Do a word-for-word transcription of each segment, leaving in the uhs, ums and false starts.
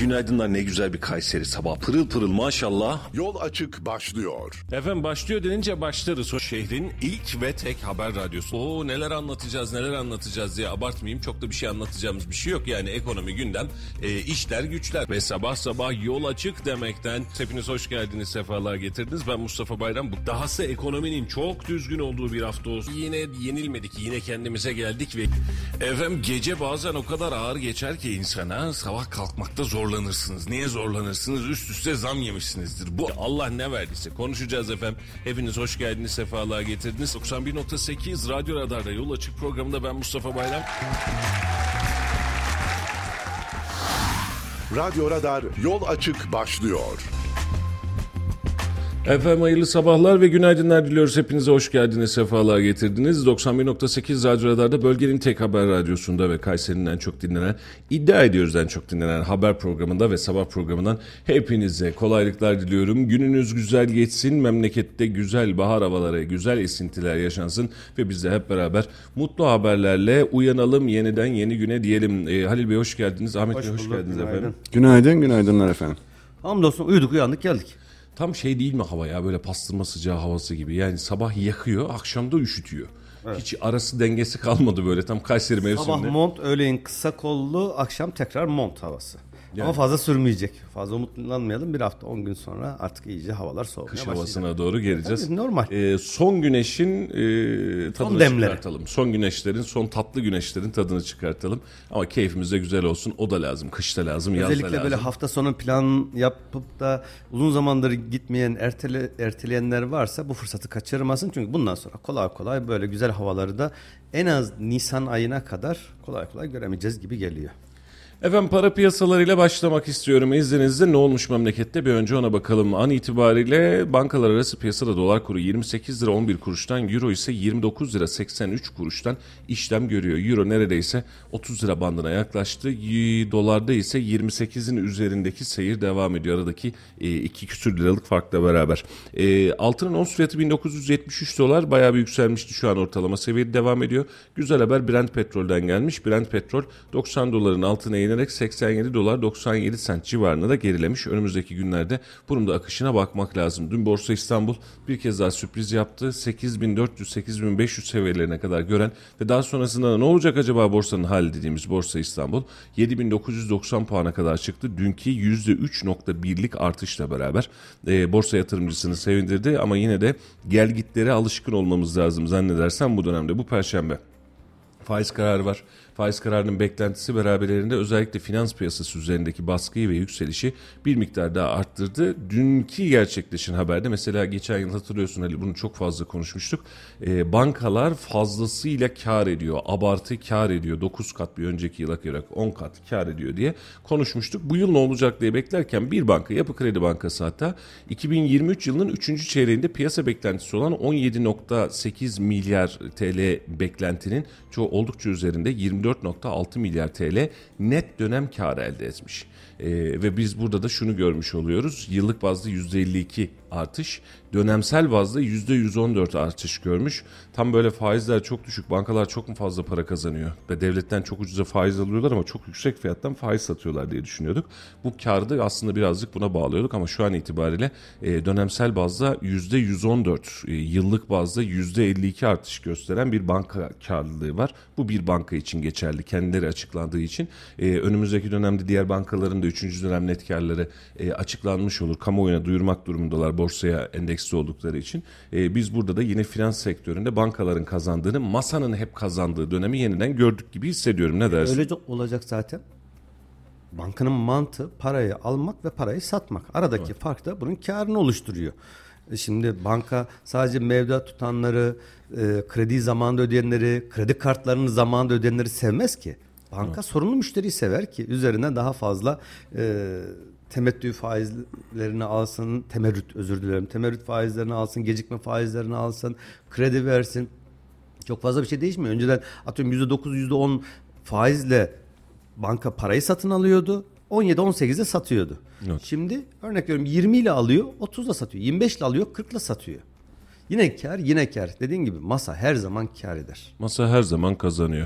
Günaydınlar, ne güzel bir Kayseri sabah. Pırıl pırıl maşallah. Yol açık başlıyor. Efendim başlıyor denince başlarız. O şehrin ilk ve tek haber radyosu. Oo neler anlatacağız neler anlatacağız diye abartmayayım. Çok da bir şey anlatacağımız bir şey yok. Yani ekonomi, gündem, e, işler, güçler. Ve sabah sabah yol açık demekten hepiniz hoş geldiniz, sefalar getirdiniz. Ben Mustafa Bayram. Bu dahası ekonominin çok düzgün olduğu bir hafta olsun. Yine yenilmedik, yine kendimize geldik ve efendim gece bazen o kadar ağır geçer ki insana, sabah kalkmakta zorlanırsınız. Niye zorlanırsınız? Üst üste zam yemişsinizdir. Bu Allah ne verdiyse konuşacağız efendim. Hepiniz hoş geldiniz, sefalar getirdiniz. doksan bir nokta sekiz Radyo Radar'da Yol Açık programında ben Mustafa Bayram. Radyo Radar Yol Açık başlıyor. Efendim hayırlı sabahlar ve günaydınlar diliyoruz. Hepinize hoş geldiniz, sefalar getirdiniz. doksan bir nokta sekiz Radyo Radar'da bölgenin tek haber radyosunda ve Kayseri'nin en çok dinlenen, iddia ediyoruz en çok dinlenen haber programında ve sabah programından hepinize kolaylıklar diliyorum. Gününüz güzel geçsin, memlekette güzel bahar havaları, güzel esintiler yaşansın ve biz de hep beraber mutlu haberlerle uyanalım yeniden yeni güne diyelim. Ee, Halil Bey hoş geldiniz, Ahmet hoş Bey hoş bulduk, geldiniz günaydın. efendim. Günaydın, günaydınlar efendim. Hamdolsun uyuduk, uyandık, geldik. Tam şey değil mi hava ya, böyle pastırma sıcağı havası gibi. Yani sabah yakıyor, akşamda üşütüyor. Evet. Hiç arası dengesi kalmadı böyle tam Kayseri mevsiminde. Sabah mont, öğleyin kısa kollu, akşam tekrar mont havası. Yani. Ama fazla sürmeyecek. Fazla umutlanmayalım. Bir hafta on gün sonra artık iyice havalar soğumaya başlayacak. Kış başlayacak. havasına doğru geleceğiz. Tabii, normal. Ee, son güneşin e, tadını son çıkartalım. Son güneşlerin, son tatlı güneşlerin tadını çıkartalım. Ama keyfimiz de güzel olsun. O da lazım. Kışta lazım, yazda lazım. Özellikle böyle hafta sonu plan yapıp da uzun zamandır gitmeyen, ertele, erteleyenler varsa bu fırsatı kaçırmasın. Çünkü bundan sonra kolay kolay böyle güzel havaları da en az Nisan ayına kadar kolay kolay göremeyeceğiz gibi geliyor. Efendim para piyasalarıyla başlamak istiyorum. İzninizle ne olmuş memlekette bir önce ona bakalım. An itibariyle bankalar arası piyasada dolar kuru yirmi sekiz lira on bir kuruştan, euro ise yirmi dokuz lira seksen üç kuruştan işlem görüyor. Euro neredeyse otuz lira bandına yaklaştı. Dolarda ise yirmi sekizin üzerindeki seyir devam ediyor. Aradaki iki küsür liralık farkla beraber. E, altının ons fiyatı bin dokuz yüz yetmiş üç dolar, bayağı bir yükselmişti, şu an ortalama seviyede devam ediyor. Güzel haber Brent petrolden gelmiş. Brent petrol doksan doların altına inerek seksen yedi dolar doksan yedi sent civarına da gerilemiş. Önümüzdeki günlerde bunun da akışına bakmak lazım. Dün Borsa İstanbul bir kez daha sürpriz yaptı. sekiz bin dört yüz sekiz bin beş yüz seviyelerine kadar gören ve daha sonrasında ne olacak acaba borsanın hali dediğimiz Borsa İstanbul yedi bin dokuz yüz doksan puana kadar çıktı. Dünkü yüzde üç nokta birlik artışla beraber e, borsa yatırımcısını sevindirdi ama yine de gelgitlere alışkın olmamız lazım zannedersem bu dönemde. Bu perşembe faiz kararı var. Faiz kararının beklentisi beraberinde özellikle finans piyasası üzerindeki baskıyı ve yükselişi bir miktar daha arttırdı. Dünkü gerçekleşen haberde mesela geçen yıl hatırlıyorsun Ali, bunu çok fazla konuşmuştuk. E, bankalar fazlasıyla kar ediyor, abartı kar ediyor. dokuz kat bir önceki yıla göre on kat kar ediyor diye konuşmuştuk. Bu yıl ne olacak diye beklerken bir banka, Yapı Kredi Bankası hatta iki bin yirmi üç yılının üçüncü çeyreğinde piyasa beklentisi olan on yedi nokta sekiz milyar T L beklentinin çoğu oldukça üzerinde yirmi dört nokta altı milyar T L net dönem kârı elde etmiş. Ee, ve biz burada da şunu görmüş oluyoruz. Yıllık bazda yüzde elli iki artış, dönemsel bazda yüzde yüz on dört artış görmüş. Tam böyle faizler çok düşük, bankalar çok mu fazla para kazanıyor ve devletten çok ucuza faiz alıyorlar ama çok yüksek fiyattan faiz satıyorlar diye düşünüyorduk. Bu kârı aslında birazcık buna bağlıyorduk ama şu an itibariyle e, dönemsel bazda yüzde yüz on dört, e, yıllık bazda yüzde elli iki artış gösteren bir banka kârlılığı var. Bu bir banka için geçerli, kendileri açıklandığı için. E, önümüzdeki dönemde diğer bankaların da üçüncü dönem net kârları e, açıklanmış olur. Kamuoyuna duyurmak durumundalar borsaya endeksli oldukları için. E, biz burada da yine finans sektöründe bankaların kazandığını, masanın hep kazandığı dönemi yeniden gördük gibi hissediyorum. Ne dersin? Öyle olacak zaten. Bankanın mantığı parayı almak ve parayı satmak. Aradaki evet. fark da bunun karını oluşturuyor. Şimdi banka sadece mevduat tutanları, e, kredi zamanında ödeyenleri, kredi kartlarını zamanında ödeyenleri sevmez ki. Banka evet. sorunlu müşteriyi sever ki üzerine daha fazla e, temettü faizlerini alsın, temerrüt özür dilerim, temerrüt faizlerini alsın, gecikme faizlerini alsın, kredi versin. Çok fazla bir şey değişmiyor. Önceden atıyorum yüzde dokuz, yüzde on faizle banka parayı satın alıyordu. on yedi on sekizde satıyordu. Evet. Şimdi örnek veriyorum yirmi ile alıyor, otuzla satıyor. yirmi beş ile alıyor, kırkla satıyor. Yine kar, yine kar. Dediğin gibi masa her zaman kar eder. Masa her zaman kazanıyor.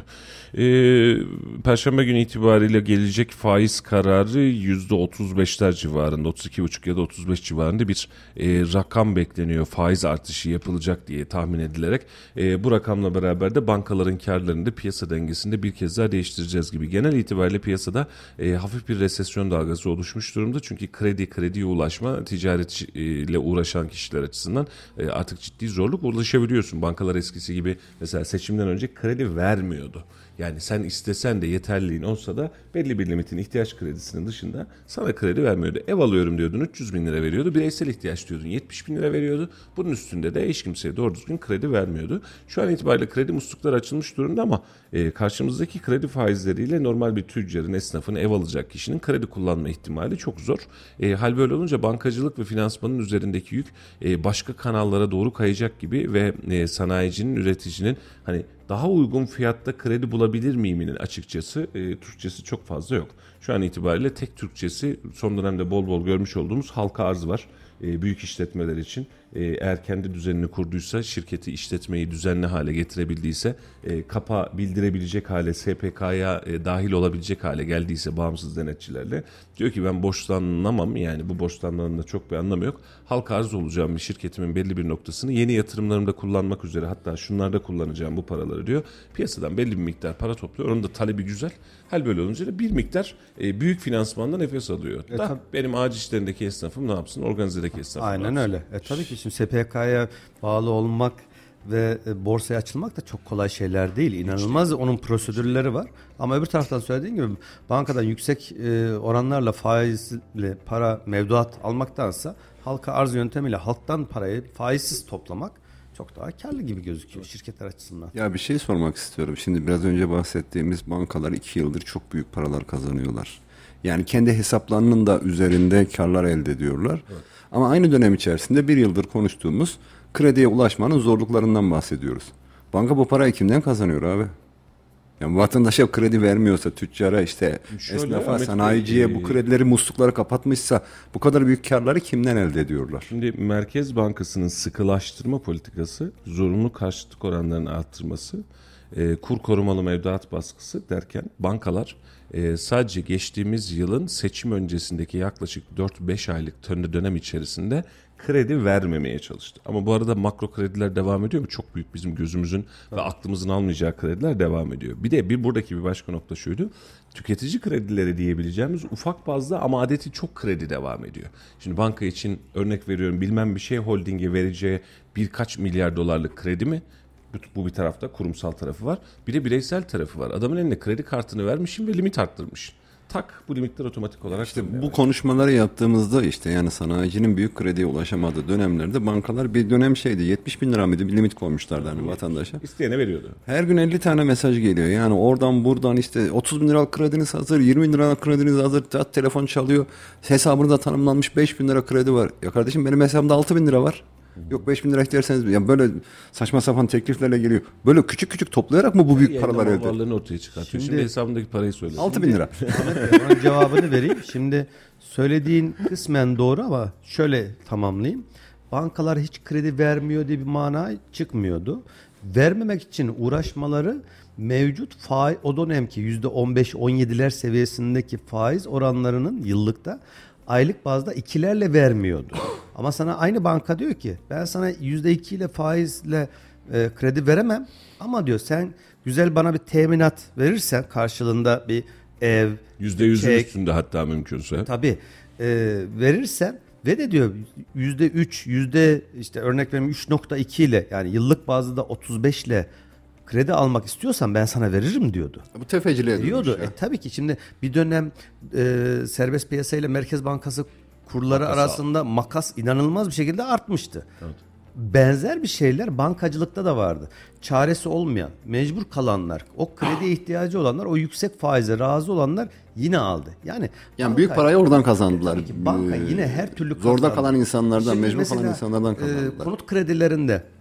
Ee, Perşembe günü itibariyle gelecek faiz kararı yüzde otuz beşler civarında, otuz iki buçuk ya da otuz beş civarında bir e, rakam bekleniyor. Faiz artışı yapılacak diye tahmin edilerek. E, bu rakamla beraber de bankaların karlarını da piyasa dengesinde bir kez daha değiştireceğiz gibi. Genel itibariyle piyasada e, hafif bir resesyon dalgası oluşmuş durumda. Çünkü kredi, krediye ulaşma, ticaretle uğraşan kişiler açısından e, artık ciddi zorluk ulaşabiliyorsun. Bankalar eskisi gibi mesela seçimden önce kredi vermiyordu. Yani sen istesen de yeterliğin olsa da belli bir limitin ihtiyaç kredisinin dışında sana kredi vermiyordu. Ev alıyorum diyordun üç yüz bin lira veriyordu. Bireysel ihtiyaç diyordun yetmiş bin lira veriyordu. Bunun üstünde de hiç kimseye doğru düzgün kredi vermiyordu. Şu an itibariyle kredi muslukları açılmış durumda ama e, karşımızdaki kredi faizleriyle normal bir tüccarın, esnafın, ev alacak kişinin kredi kullanma ihtimali çok zor. E, hal böyle olunca bankacılık ve finansmanın üzerindeki yük e, başka kanallara doğru kayacak gibi ve e, sanayicinin, üreticinin hani daha uygun fiyatta kredi bulabilir miyiminin açıkçası e, Türkçesi çok fazla yok. Şu an itibariyle tek Türkçesi son dönemde bol bol görmüş olduğumuz halka arz var. E, büyük işletmeler için e, eğer kendi düzenini kurduysa, şirketi, işletmeyi düzenli hale getirebildiyse, e, kapa bildirebilecek hale, S P K'ya e, dahil olabilecek hale geldiyse bağımsız denetçilerle diyor ki ben borçlanamam, yani bu borçlanmanın da çok bir anlamı yok. Halka arz olacağım bir şirketimin belli bir noktasını yeni yatırımlarımda kullanmak üzere, hatta şunlarda kullanacağım bu paraları diyor. Piyasadan belli bir miktar para topluyor. Onun da talebi güzel. Hal böyle olunca da bir miktar e, büyük finansmanla nefes alıyor. E, da tab- benim ağaç işlerindeki esnafım ne yapsın? Organizedeki esnafım ne Aynen yapsın? öyle. E, tabii ki şimdi S P K'ya bağlı olmak ve e, borsaya açılmak da çok kolay şeyler değil. İnanılmaz onun prosedürleri var. Ama öbür taraftan söylediğin gibi bankadan yüksek e, oranlarla faizli para, mevduat almaktansa halka arz yöntemiyle halktan parayı faizsiz toplamak çok daha karlı gibi gözüküyor şirketler açısından. Ya bir şey sormak istiyorum. Şimdi biraz önce bahsettiğimiz bankalar iki yıldır çok büyük paralar kazanıyorlar. Yani kendi hesaplarının da üzerinde karlar elde ediyorlar. Evet. Ama aynı dönem içerisinde bir yıldır konuştuğumuz krediye ulaşmanın zorluklarından bahsediyoruz. Banka bu parayı kimden kazanıyor abi? Yani vatandaşa kredi vermiyorsa, tüccara, işte Şöyle, esnafa, Ahmet sanayiciye Bey, bu kredileri, muslukları kapatmışsa bu kadar büyük karları kimden elde ediyorlar? Şimdi Merkez Bankası'nın sıkılaştırma politikası, zorunlu karşılık oranlarını arttırması, e, kur korumalı mevduat baskısı derken bankalar e, sadece geçtiğimiz yılın seçim öncesindeki yaklaşık dört beş aylık dönem içerisinde kredi vermemeye çalıştı. Ama bu arada makro krediler devam ediyor mu? Çok büyük, bizim gözümüzün ve aklımızın almayacağı krediler devam ediyor. Bir de bir buradaki bir başka nokta şuydu. Tüketici kredileri diyebileceğimiz ufak bazda ama adeti çok kredi devam ediyor. Şimdi banka için örnek veriyorum, bilmem bir şey holdinge vereceği birkaç milyar dolarlık kredi mi? Bu bir tarafta kurumsal tarafı var. Bir de bireysel tarafı var. Adamın eline kredi kartını vermişim ve limit arttırmış. Tak, bu limitler otomatik olarak İşte bu konuşmaları yaptığımızda işte yani sanayicinin büyük krediye ulaşamadığı dönemlerde bankalar bir dönem şeydi, yetmiş bin lira mıydı bir limit koymuşlardı hani vatandaşa. İsteyene veriyordu. Her gün elli tane mesaj geliyor. Yani oradan buradan işte otuz bin liralık krediniz hazır, yirmi bin liralık krediniz hazır. Telefon çalıyor. Hesabınızda tanımlanmış beş bin lira kredi var. Ya kardeşim benim hesabımda altı bin lira var. Yok beş bin lira isterseniz, yani böyle saçma sapan tekliflerle geliyor. Böyle küçük küçük toplayarak mı bu büyük paralar elde? Varlığını ortaya çıkartıyor. Şimdi, Şimdi Şimdi hesabındaki parayı söyle. altı bin lira. Onun cevabını vereyim. Şimdi söylediğin kısmen doğru ama şöyle tamamlayayım. Bankalar hiç kredi vermiyor diye bir mana çıkmıyordu. Vermemek için uğraşmaları mevcut faiz, o dönemki yüzde on beş on yediler seviyesindeki faiz oranlarının yıllıkta aylık bazda ikilerle vermiyordu. Ama sana aynı banka diyor ki ben sana yüzde iki ile faizle e, kredi veremem ama diyor sen güzel bana bir teminat verirsen karşılığında bir ev, yüzde yüzün çek, üstünde hatta mümkünse. tabii e, verirsen ve de diyor yüzde üç, yüzde işte örnek vereyim üç nokta iki ile yani yıllık bazda otuz beş ile kredi almak istiyorsan ben sana veririm diyordu. Bu tefeciliğe Diyordu. dönmüş ya. E, tabii ki şimdi bir dönem e, serbest piyasayla Merkez Bankası kurları Makas arasında makas inanılmaz bir şekilde artmıştı. Evet. Benzer bir şeyler bankacılıkta da vardı. Çaresi olmayan, mecbur kalanlar, o krediye ihtiyacı olanlar, o yüksek faize razı olanlar yine aldı. Yani Yani banka- büyük parayı oradan kazandılar. Tabii ki banka Ee, yine her türlü zorda kazandı. kalan insanlardan, Şimdi mecbur mesela, kalan insanlardan e, kazandılar. konut kredilerinde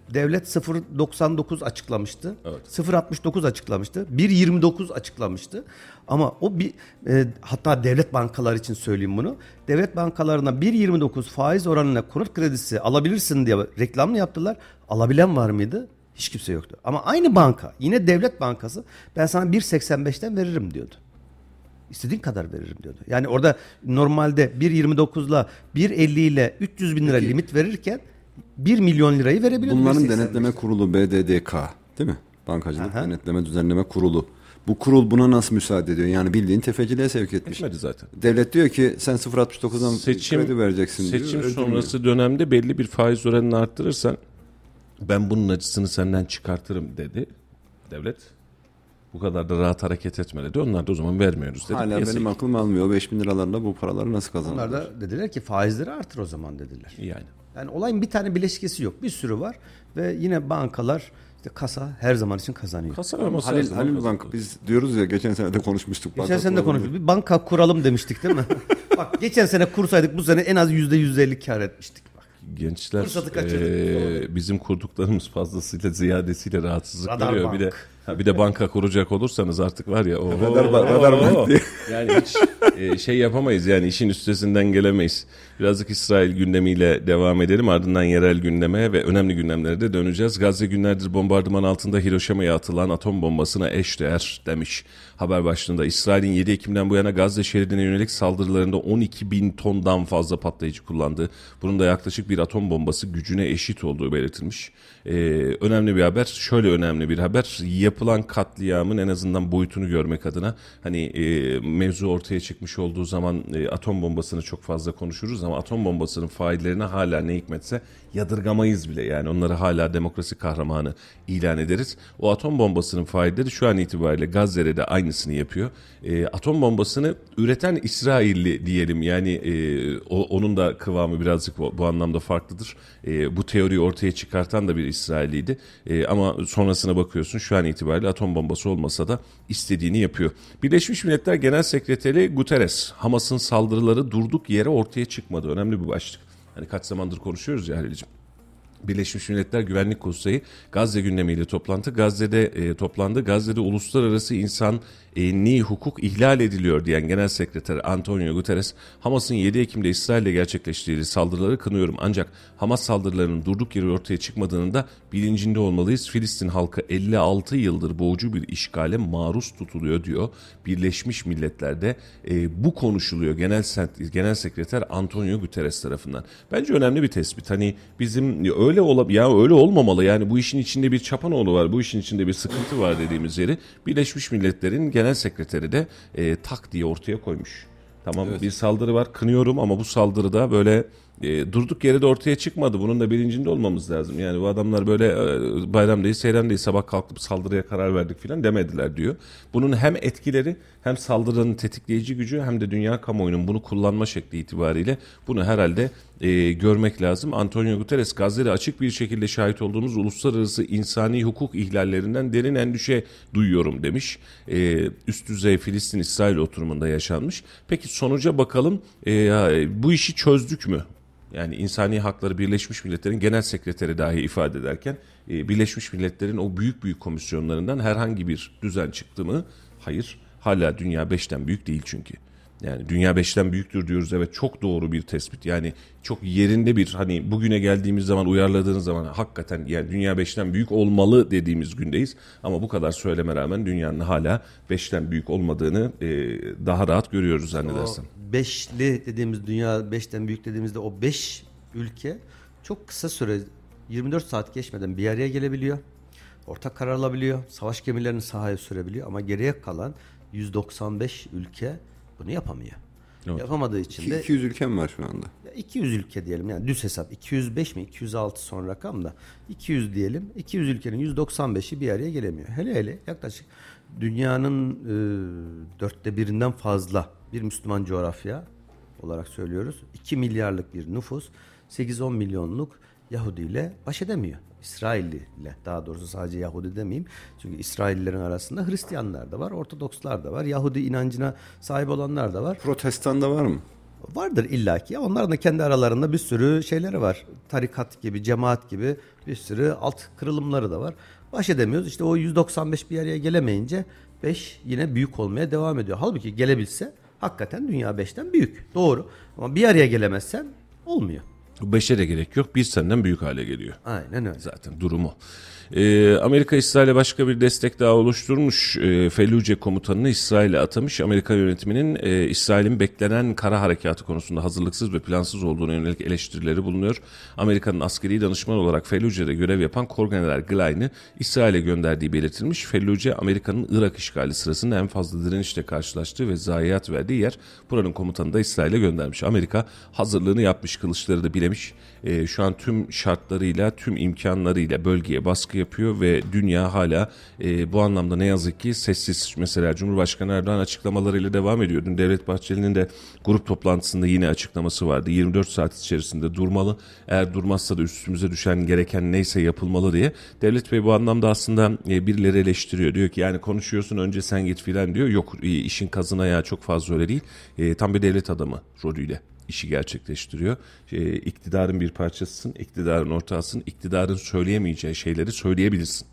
Devlet sıfır virgül doksan dokuz açıklamıştı. Evet. sıfır virgül altmış dokuz açıklamıştı. bir virgül yirmi dokuz açıklamıştı. Ama o bir e, hatta devlet bankaları için söyleyeyim bunu. Devlet bankalarına bir virgül yirmi dokuz faiz oranına konut kredisi alabilirsin diye reklamını yaptılar. Alabilen var mıydı? Hiç kimse yoktu. Ama aynı banka, yine devlet bankası, ben sana bir virgül seksen beşten veririm diyordu. İstediğin kadar veririm diyordu. Yani orada normalde bir virgül yirmi dokuzla bir virgül elli ile üç yüz bin lira Peki, limit verirken bir milyon lirayı verebiliyordu. Bunların bir virgül seksen beşten. denetleme kurulu B D D K değil mi? Bankacılık Aha. Denetleme Düzenleme Kurulu. Bu kurul buna nasıl müsaade ediyor? Yani bildiğin tefeciliğe sevk etmiş. Etmedi zaten. Devlet diyor ki sen sıfır virgül altmış dokuzdan Seçim, kredi vereceksin diyor. seçim ödülmüyor. sonrası dönemde belli bir faiz oranını arttırırsan ben bunun acısını senden çıkartırım dedi devlet. Bu kadar da rahat hareket etme dedi. Onlar da o zaman vermiyoruz dedi. Hala Piyasayı- benim aklım almıyor. beş bin liralarla bu paraları nasıl kazanırlar? Onlar da dediler ki faizleri artır o zaman dediler. Yani. Yani olayın bir tane bileşkesi yok. Bir sürü var ve yine bankalar, işte kasa her zaman için kazanıyor. Kasa vermesi Halil, lazım. Halil Bank biz diyoruz ya geçen sene de konuşmuştuk. Geçen banka sene de kuralını. konuştuk. Bir banka kuralım demiştik değil mi? Bak geçen sene kursaydık bu sene en az yüzde yüz elli kar etmiştik. Bak. Gençler Fırsatı kaçırdık. eee, bizim kurduklarımız fazlasıyla ziyadesiyle rahatsızlık Radar veriyor. bank. Bir de ha, bir de banka kuracak olursanız artık var ya. oho, Radar bank, radar bank diye. Yani hiç e, şey yapamayız yani işin üstesinden gelemeyiz. Birazcık İsrail gündemiyle devam edelim. Ardından yerel gündeme ve önemli gündemlere de döneceğiz. Gazze günlerdir bombardıman altında Hiroşima'ya atılan atom bombasına eşdeğer demiş. Haber başlığında İsrail'in yedi Ekim'den bu yana Gazze şeridine yönelik saldırılarında on iki bin tondan fazla patlayıcı kullandı. Bunun da yaklaşık bir atom bombası gücüne eşit olduğu belirtilmiş. Ee, önemli bir haber. Şöyle önemli bir haber. Yapılan katliamın en azından boyutunu görmek adına hani e, mevzu ortaya çıkmış olduğu zaman e, atom bombasını çok fazla konuşuruz ama atom bombasının faillerine hala ne hikmetse yadırgamayız bile. Yani onları hala demokrasi kahramanı ilan ederiz. O atom bombasının failleri şu an itibariyle Gazze'de de aynısını yapıyor. E, atom bombasını üreten İsrailli diyelim. Yani e, o, onun da kıvamı birazcık bu, bu anlamda farklıdır. E, bu teoriyi ortaya çıkartan da bir İsrailliydi. E, ama sonrasına bakıyorsun şu an itibariyle atom bombası olmasa da istediğini yapıyor. Birleşmiş Milletler Genel Sekreteri Guterres, Hamas'ın saldırıları durduk yere ortaya çıkmadı. Önemli bir başlık. Hani kaç zamandır konuşuyoruz ya Halil'ciğim. Birleşmiş Milletler Güvenlik Konseyi Gazze gündemiyle toplantı. Gazze'de e, toplandı. Gazze'de uluslararası insan e, ni hukuk ihlal ediliyor diyen Genel Sekreter Antonio Guterres, Hamas'ın yedi Ekim'de İsrail'le gerçekleştirdiği saldırıları kınıyorum. Ancak Hamas saldırılarının durduk yere ortaya çıkmadığının da bilincinde olmalıyız. Filistin halkı elli altı yıldır boğucu bir işgale maruz tutuluyor diyor. Birleşmiş Milletler'de e, bu konuşuluyor Genel Genel Sekreter Antonio Guterres tarafından. Bence önemli bir tespit. Hani bizim öyle ola, ya öyle olmamalı. Yani bu işin içinde bir çapanoğlu var. Bu işin içinde bir sıkıntı var dediğimiz yeri Birleşmiş Milletler'in Genel Sekreteri de e, tak diye ortaya koymuş. Tamam Evet. bir saldırı var kınıyorum ama bu saldırıda böyle e, durduk yere de ortaya çıkmadı. Bunun da bilincinde olmamız lazım. Yani bu adamlar böyle e, bayram değil seyran değil sabah kalkıp saldırıya karar verdik filan demediler diyor. Bunun hem etkileri hem saldırının tetikleyici gücü hem de dünya kamuoyunun bunu kullanma şekli itibariyle bunu herhalde e, görmek lazım. Antonio Guterres Gazze'de açık bir şekilde şahit olduğumuz uluslararası insani hukuk ihlallerinden derin endişe duyuyorum demiş. E, üst düzey Filistin-İsrail oturumunda yaşanmış. Peki sonuca bakalım e, bu işi çözdük mü? Yani insani hakları Birleşmiş Milletler'in genel sekreteri dahi ifade ederken e, Birleşmiş Milletler'in o büyük büyük komisyonlarından herhangi bir düzen çıktı mı? Hayır. Hala dünya beşten büyük değil çünkü. Yani dünya beşten büyüktür diyoruz evet çok doğru bir tespit. Yani çok yerinde bir hani bugüne geldiğimiz zaman uyarladığınız zaman hakikaten yani dünya beşten büyük olmalı dediğimiz gündeyiz. Ama bu kadar söyleme rağmen dünyanın hala beşten büyük olmadığını e, daha rahat görüyoruz zannedersem. O beşli dediğimiz dünya beşten büyük dediğimizde o beş ülke çok kısa süre yirmi dört saat geçmeden bir araya gelebiliyor. Ortak karar alabiliyor. Savaş gemilerini sahaya sürebiliyor ama geriye kalan yüz doksan beş ülke bunu yapamıyor. Evet. Yapamadığı için de iki yüz ülkem var şu anda. iki yüz ülke diyelim yani düz hesap iki yüz beş mi iki yüz altı son rakam da iki yüz diyelim iki yüz ülkenin yüz doksan beşi bir araya gelemiyor. Hele hele yaklaşık dünyanın e, dörtte birinden fazla bir Müslüman coğrafya olarak söylüyoruz. iki milyarlık bir nüfus sekiz on milyonluk Yahudi ile baş edemiyor. İsrailli ile daha doğrusu sadece Yahudi demeyeyim. Çünkü İsraillilerin arasında Hristiyanlar da var, Ortodokslar da var, Yahudi inancına sahip olanlar da var. Protestan da var mı? vardır illaki. Onların da kendi aralarında bir sürü şeyleri var. Tarikat gibi, cemaat gibi bir sürü alt kırılımları da var. Baş edemiyoruz. İşte o yüz doksan beş bir araya gelemeyince beş yine büyük olmaya devam ediyor. Halbuki gelebilse hakikaten dünya beşten büyük. Doğru. Ama bir araya gelemezsen olmuyor. Beşe de gerek yok. Bir senden büyük hale geliyor. Aynen öyle. Zaten durumu. Ee, Amerika İsrail'e başka bir destek daha oluşturmuş. Ee, Felluce komutanını İsrail'e atamış. Amerika yönetiminin e, İsrail'in beklenen kara harekatı konusunda hazırlıksız ve plansız olduğuna yönelik eleştirileri bulunuyor. Amerika'nın askeri danışman olarak Felluce'de görev yapan Korgeneral Glyn'i İsrail'e gönderdiği belirtilmiş. Felluce, Amerika'nın Irak işgali sırasında en fazla direnişle karşılaştığı ve zayiat verdiği yer. Buranın komutanını da İsrail'e göndermiş. Amerika hazırlığını yapmış, kılıçları da bilemiş. E, şu an tüm şartlarıyla, tüm imkanlarıyla bölgeye baskı yapıyor ve dünya hala e, bu anlamda ne yazık ki sessiz. Mesela Cumhurbaşkanı Erdoğan açıklamalarıyla devam ediyor. Dün Devlet Bahçeli'nin de grup toplantısında yine açıklaması vardı. yirmi dört saat içerisinde durmalı. Eğer durmazsa da üstümüze düşen gereken neyse yapılmalı diye. Devlet Bey bu anlamda aslında e, birileri eleştiriyor. Diyor ki yani konuşuyorsun önce sen git filan diyor. Yok e, işin kazın ayağı çok fazla öyle değil. E, tam bir devlet adamı rolüyle işi gerçekleştiriyor. E, iktidarın bir parçasısın, iktidarın ortağısın, iktidarın söyleyemeyeceği şeyleri söyleyebilirsin.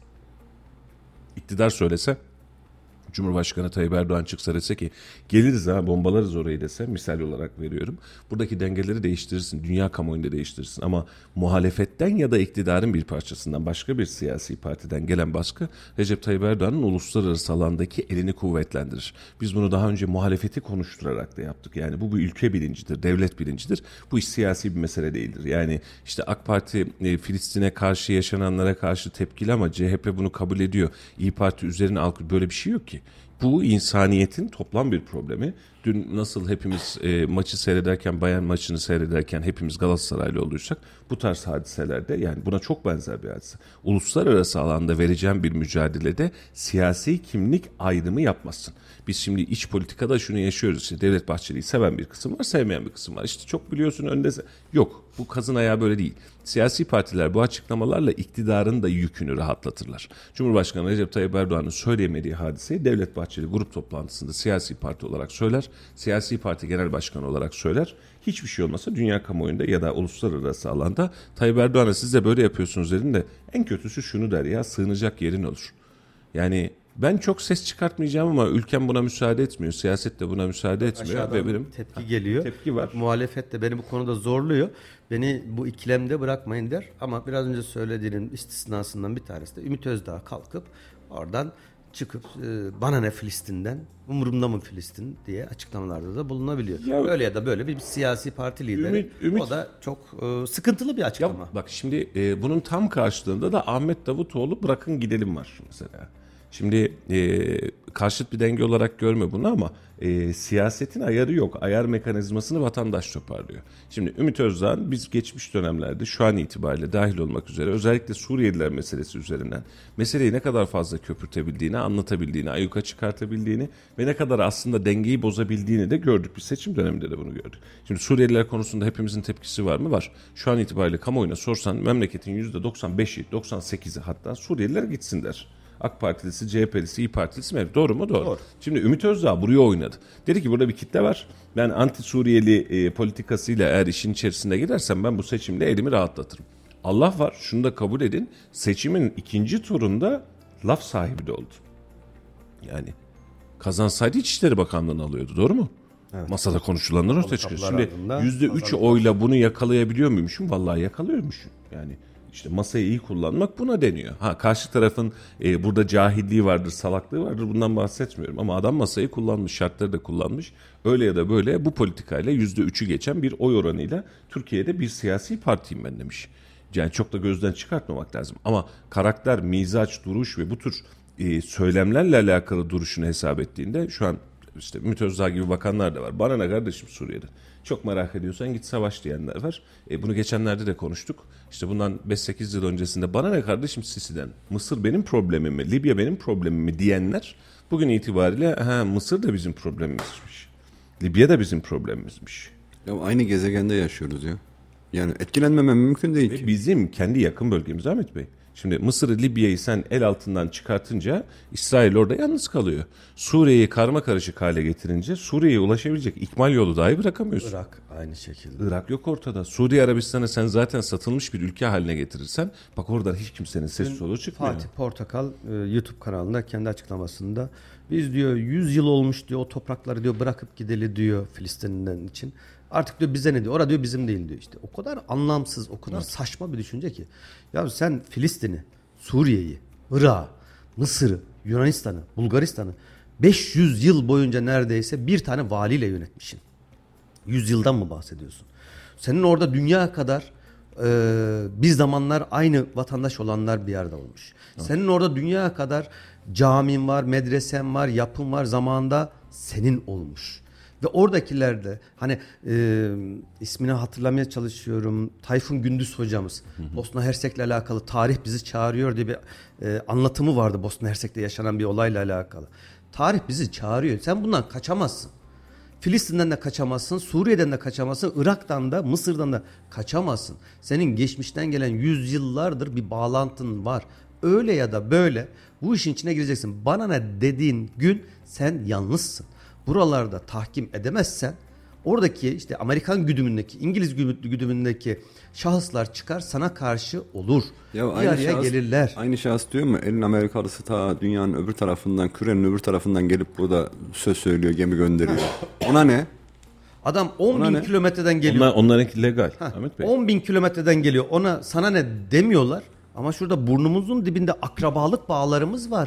İktidar söylese, Cumhurbaşkanı Tayyip Erdoğan çıksa dese ki geliriz ha bombalarız orayı dese, misal olarak veriyorum. Buradaki dengeleri değiştirirsin, dünya kamuoyunda değiştirirsin ama muhalefetten ya da iktidarın bir parçasından başka bir siyasi partiden gelen baskı Recep Tayyip Erdoğan'ın uluslararası alandaki elini kuvvetlendirir. Biz bunu daha önce muhalefeti konuşturarak da yaptık. Yani bu bir ülke bilincidir, devlet bilincidir. Bu iş siyasi bir mesele değildir. Yani işte AK Parti e, Filistin'e karşı yaşananlara karşı tepkili ama C H P bunu kabul ediyor. İYİ Parti üzerine algı, böyle bir şey yok ki. Bu insaniyetin toplam bir problemi. Dün nasıl hepimiz e, maçı seyrederken, Bayern maçını seyrederken hepimiz Galatasaraylı olursak bu tarz hadiselerde, yani buna çok benzer bir hadise. Uluslararası alanda vereceğim bir mücadelede siyasi kimlik ayrımı yapmasın. Biz şimdi iç politikada şunu yaşıyoruz. İşte Devlet Bahçeli'yi seven bir kısım var, sevmeyen bir kısım var. İşte çok biliyorsun önde... Yok, bu kazın ayağı böyle değil. Siyasi partiler bu açıklamalarla iktidarın da yükünü rahatlatırlar. Cumhurbaşkanı Recep Tayyip Erdoğan'ın söyleyemediği hadiseyi Devlet Bahçeli grup toplantısında siyasi parti olarak söyler. Siyasi parti genel başkanı olarak söyler. Hiçbir şey olmasa dünya kamuoyunda ya da uluslararası alanda Tayyip Erdoğan'a siz de böyle yapıyorsunuz dediğinde en kötüsü şunu der ya, sığınacak yerin olur. Yani ben çok ses çıkartmayacağım ama ülkem buna müsaade etmiyor. Siyaset de buna müsaade etmiyor. Aşağıdan ve benim tepki geliyor. Tepki var. Bak, muhalefet de beni bu konuda zorluyor. Beni bu ikilemde bırakmayın der. Ama biraz önce söylediğinin istisnasından bir tanesi de Ümit Özdağ kalkıp oradan çıkıp e, bana ne Filistin'den, umurumda mı Filistin diye açıklamalarda da bulunabiliyor. Ya, öyle ya da böyle bir siyasi parti lideri. Ümit, Ümit, o da çok e, sıkıntılı bir açıklama. ya bak şimdi e, bunun tam karşılığında da Ahmet Davutoğlu bırakın gidelim var mesela. Şimdi e, karşıt bir denge olarak görme bunu ama e, siyasetin ayarı yok. Ayar mekanizmasını vatandaş toparlıyor. Şimdi Ümit Özdağ'ın biz geçmiş dönemlerde şu an itibariyle dahil olmak üzere özellikle Suriyeliler meselesi üzerinden meseleyi ne kadar fazla köpürtebildiğini, anlatabildiğini, ayyuka çıkartabildiğini ve ne kadar aslında dengeyi bozabildiğini de gördük. Bir seçim döneminde de bunu gördük. Şimdi Suriyeliler konusunda hepimizin tepkisi var mı? Var. Şu an itibariyle kamuoyuna sorsan memleketin yüzde doksan beşi, doksan sekizi hatta Suriyeliler gitsin der. AK Partilisi, C H P'lisi, İYİ Partilisi mi? Doğru mu? Doğru. Doğru. Şimdi Ümit Özdağ buraya oynadı. Dedi ki burada bir kitle var. Ben anti-Suriyeli e, politikasıyla eğer işin içerisinde gidersem ben bu seçimde elimi rahatlatırım. Allah var, şunu da kabul edin. Seçimin ikinci turunda laf sahibi de oldu. Yani kazansaydı İçişleri Bakanlığı'nı alıyordu. Doğru mu? Evet. Masada konuşulanlar ortaya çıkıyor. Şimdi yüzde üç oyla bunu yakalayabiliyor muymuşum? Vallahi yakalıyormuşum. Yani İşte masayı iyi kullanmak buna deniyor. Ha, karşı tarafın e, burada cahilliği vardır, salaklığı vardır, bundan bahsetmiyorum. Ama adam masayı kullanmış, şartları da kullanmış. Öyle ya da böyle bu politikayla yüzde üçü geçen bir oy oranıyla Türkiye'de bir siyasi partiyim ben demiş. Yani çok da gözden çıkartmamak lazım. Ama karakter, mizaç, duruş ve bu tür e, söylemlerle alakalı duruşunu hesap ettiğinde şu an işte Ümit Özdağ gibi bakanlar da var. Bana ne kardeşim Suriye'de? Çok merak ediyorsan git savaş diyenler var. E, bunu geçenlerde de konuştuk. İşte bundan beş sekiz yıl öncesinde bana ne kardeşim Sisi'den? Mısır benim problemim mi? Libya benim problemim mi diyenler bugün itibariyle ha, Mısır da bizim problemimizmiş. Libya da bizim problemimizmiş. Ya aynı gezegende yaşıyoruz ya. Yani etkilenmemem mümkün değil Ve ki. bizim kendi yakın bölgemiz Ahmet Bey. Şimdi Mısır'ı, Libya'yı sen el altından çıkartınca İsrail orada yalnız kalıyor. Suriye'yi karma karışık hale getirince Suriye'ye ulaşabilecek ikmal yolu dahi bırakamıyorsun. Irak aynı şekilde. Irak yok ortada. Suudi Arabistan'ı sen zaten satılmış bir ülke haline getirirsen bak oradan hiç kimsenin ses soluğu çıkmıyor. Fatih Portakal e, YouTube kanalında kendi açıklamasında biz diyor yüz yıl olmuş diyor o toprakları diyor bırakıp gideli diyor Filistin'den için. Artık diyor bize ne diyor? Orada diyor bizim değil diyor işte. O kadar anlamsız, o kadar saçma bir düşünce ki. Ya sen Filistin'i, Suriye'yi, Irak'ı, Mısır'ı, Yunanistan'ı, Bulgaristan'ı beş yüz yıl boyunca neredeyse bir tane valiyle yönetmişsin. yüz yıldan mı bahsediyorsun? Senin orada dünya kadar e, bir zamanlar aynı vatandaş olanlar bir yerde olmuş. Evet. Senin orada dünya kadar camin var, medresen var, yapın var, zamanında senin olmuş. Ve oradakiler de hani e, ismini hatırlamaya çalışıyorum. Tayfun Gündüz hocamız. Hı hı. Bosna Hersek'le alakalı tarih bizi çağırıyor diye bir e, anlatımı vardı Bosna Hersek'te yaşanan bir olayla alakalı. Tarih bizi çağırıyor. Sen bundan kaçamazsın. Filistin'den de kaçamazsın, Suriye'den de kaçamazsın, Irak'tan da, Mısır'dan da kaçamazsın. Senin geçmişten gelen yüzyıllardır bir bağlantın var. Öyle ya da böyle bu işin içine gireceksin. Bana ne dediğin gün sen yalnızsın. Buralarda tahkim edemezsen oradaki işte Amerikan güdümündeki, İngiliz güdümündeki şahıslar çıkar sana karşı olur. Ya bir aynı araya şahıs, gelirler. Aynı şahıs diyor mu? Elin Amerikalısı ta dünyanın öbür tarafından, kürenin öbür tarafından gelip burada söz söylüyor, gemi gönderiyor. Ona ne? Adam on Ona bin ne? kilometreden geliyor. Onlar, onlarınki legal Heh, Ahmet Bey. on bin kilometreden geliyor. Ona sana ne demiyorlar. Ama şurada burnumuzun dibinde akrabalık bağlarımız var.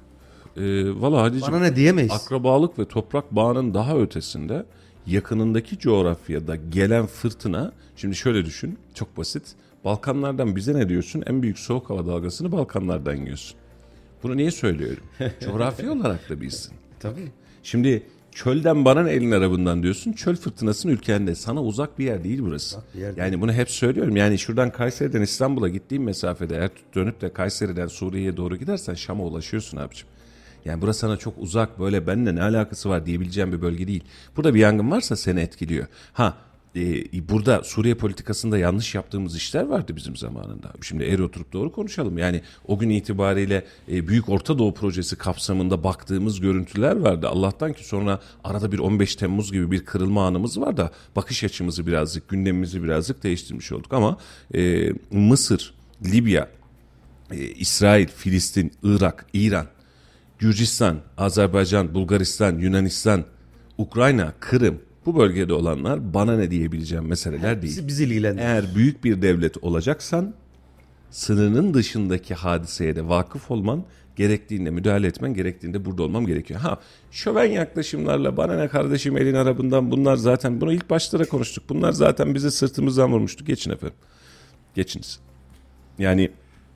Ee, Valla Hadicim, Bana ne diyemeyiz. akrabalık ve toprak bağının daha ötesinde yakınındaki coğrafyada gelen fırtına, şimdi şöyle düşün, çok basit. Balkanlardan bize ne diyorsun? En büyük soğuk hava dalgasını Balkanlardan yiyorsun. Bunu niye söylüyorum? Coğrafi olarak da bilsin. Tabii. Şimdi çölden bana ne elin arabından diyorsun. Çöl fırtınasının ülkende. Sana uzak bir yer değil burası. Bir yer yani bunu hep söylüyorum. Yani şuradan Kayseri'den İstanbul'a gittiğim mesafede eğer dönüp de Kayseri'den Suriye'ye doğru gidersen Şam'a ulaşıyorsun abicim. Yani burası sana çok uzak, böyle benimle ne alakası var diyebileceğim bir bölge değil. Burada bir yangın varsa seni etkiliyor. Ha e, burada Suriye politikasında yanlış yaptığımız işler vardı bizim zamanında. Şimdi eğri oturup doğru konuşalım. Yani o gün itibariyle e, Büyük Orta Doğu Projesi kapsamında baktığımız görüntüler vardı. Allah'tan ki sonra arada bir on beş Temmuz gibi bir kırılma anımız var da bakış açımızı birazcık, gündemimizi birazcık değiştirmiş olduk. Ama e, Mısır, Libya, e, İsrail, Filistin, Irak, İran, Gürcistan, Azerbaycan, Bulgaristan, Yunanistan, Ukrayna, Kırım, bu bölgede olanlar bana ne diyebileceğim meseleler değil. Bizi, bizi ilgilendirir. Eğer büyük bir devlet olacaksan sınırının dışındaki hadiseye de vakıf olman, gerektiğinde müdahale etmen, gerektiğinde burada olmam gerekiyor. Ha, şöven yaklaşımlarla bana ne kardeşim elin arabından, bunlar zaten, bunu ilk başta da konuştuk. Bunlar zaten bizi sırtımızdan vurmuştu. Geçin efendim. Geçiniz. Yani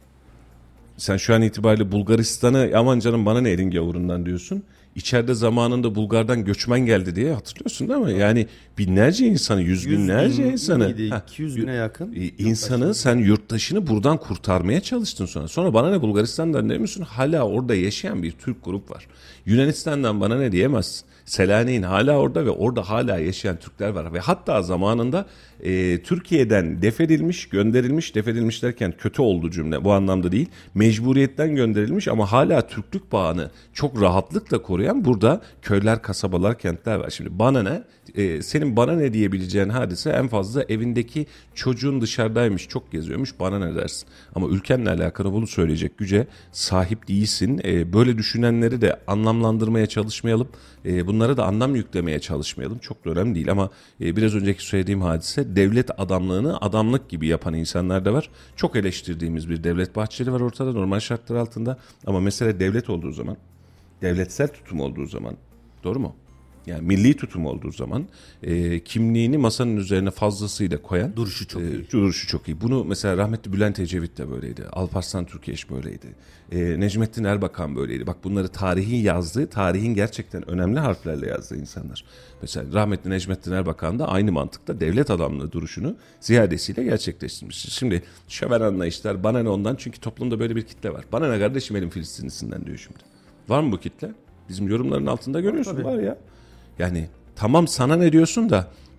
sen şu an itibariyle Bulgaristan'ı aman canım bana ne elin gavurundan diyorsun. İçeride zamanında Bulgar'dan göçmen geldi diye hatırlıyorsun değil mi? Yani binlerce insanı, yüz binlerce bin, insanı. iki yüz bine yakın. İnsanı sen yurttaşını buradan kurtarmaya çalıştın sonra. Sonra bana ne Bulgaristan'dan demiyorsun? Hala orada yaşayan bir Türk grup var. Yunanistan'dan bana ne diyemezsin? Selanik'in hala orada ve orada hala yaşayan Türkler var. Ve hatta zamanında e, Türkiye'den defedilmiş, gönderilmiş, defedilmiş derken kötü oldu cümle, bu anlamda değil. Mecburiyetten gönderilmiş ama hala Türklük bağını çok rahatlıkla koruyan burada köyler, kasabalar, kentler var. Şimdi bana ne? E, senin bana ne diyebileceğin hadise en fazla evindeki çocuğun dışarıdaymış, çok geziyormuş, bana ne dersin? Ama ülkenle alakalı bunu söyleyecek güce sahip değilsin. E, böyle düşünenleri de anlamlandırmaya çalışmayalım. E, bunlara da anlam yüklemeye çalışmayalım. Çok da önemli değil ama e, biraz önceki söylediğim hadise, devlet adamlığını adamlık gibi yapan insanlar da var. Çok eleştirdiğimiz bir Devlet Bahçeli var ortada normal şartlar altında. Ama mesele devlet olduğu zaman, devletsel tutum olduğu zaman, doğru mu? Yani milli tutum olduğu zaman e, kimliğini masanın üzerine fazlasıyla koyan Duruşu çok e, iyi. Duruşu çok iyi. Bunu mesela rahmetli Bülent Ecevit de böyleydi. Alparslan Türkeş böyleydi. E, Necmettin Erbakan böyleydi. Bak bunları tarihin yazdığı, tarihin gerçekten önemli harflerle yazdığı insanlar. Mesela rahmetli Necmettin Erbakan da aynı mantıkta devlet adamlığı duruşunu ziyadesiyle gerçekleştirmiş. Şimdi şöven anlayışlar, bana ne ondan, çünkü toplumda böyle bir kitle var. Bana ne kardeşim elin Filistinlisinden diyor şimdi. Var mı bu kitle? Bizim yorumların altında görüyorsun. Tabii. Var ya. Yani tamam sana ne diyorsun da